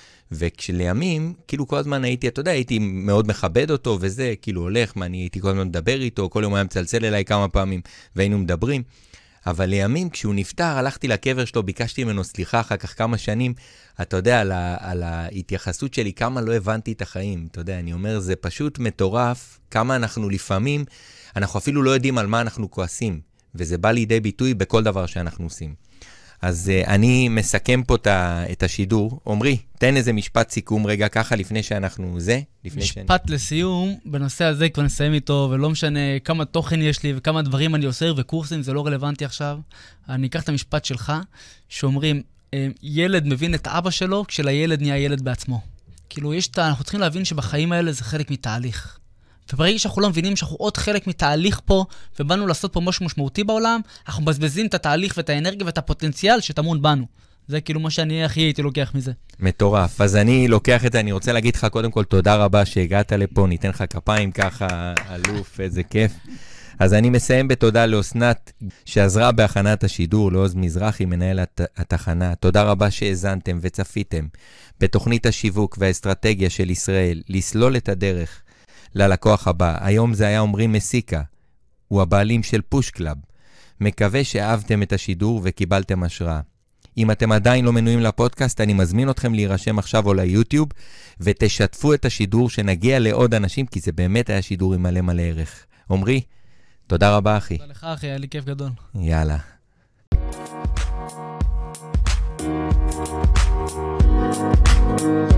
וכשלימים, כאילו כל הזמן הייתי, אתה יודע, הייתי מאוד מכבד אותו וזה, כאילו הולך, אני הייתי כל הזמן מדבר איתו, כל יום היה מצלצל אליי כמה פעמים והיינו מדברים. אבל לימים, כשהוא נפטר, הלכתי לקבר שלו, ביקשתי ממנו סליחה אחר כך כמה שנים, אתה יודע, על ההתייחסות שלי, כמה לא הבנתי את החיים. אתה יודע, אני אומר, זה פשוט מטורף, כמה אנחנו לפעמים, אנחנו אפילו לא יודעים על מה אנחנו כועסים. וזה בא לידי ביטוי בכל דבר שאנחנו עושים. אז אני מסכם פה את השידור. עומרי, תן איזה משפט סיכום רגע ככה לפני שאנחנו משפט לסיום, בנושא הזה כבר נסיים איתו, ולא משנה כמה תוכן יש לי וכמה דברים אני עושה, וקורסים זה לא רלוונטי עכשיו. אני אקח את המשפט שלך, שאומרים, ילד מבין את אבא שלו, כשלילד נהיה ילד בעצמו. כאילו, אנחנו צריכים להבין שבחיים האלה זה חלק מתהליך. וברגע שאנחנו לא מבינים שאנחנו עוד חלק מתהליך פה, ובאנו לעשות פה משהו משמעותי בעולם, אנחנו מבזבזים את התהליך ואת האנרגיה ואת הפוטנציאל שטמון בנו. זה כאילו מה שאני הכי הייתי לוקח מזה. מטורף. אז אני לוקח את זה, אני רוצה להגיד לך קודם כל תודה רבה שהגעת לפה, ניתן לך כפיים ככה, אלוף, איזה כיף. אז אני מסיים בתודה לאוסנת שעזרה בהכנת השידור, לעוז מזרחי, מנהל התחנה. תודה רבה שהאזנתם וצפיתם בתוכנית השיווק והאסטרטגיה של ישראל, לסלול את הדרך ללקוח הבא. היום זה היה עומרי מסיקה, הוא הבעלים של פוש קלאב. מקווה שאהבתם את השידור וקיבלתם השראה. אם אתם עדיין לא מנויים לפודקאסט, אני מזמין אתכם להירשם עכשיו או ליוטיוב, ותשתפו את השידור שנגיע לעוד אנשים, כי זה באמת היה שידור עם מלא מלא ערך. עומרי, תודה רבה אחי. תודה לך אחי, היה לי כיף גדול. יאללה. Thank you.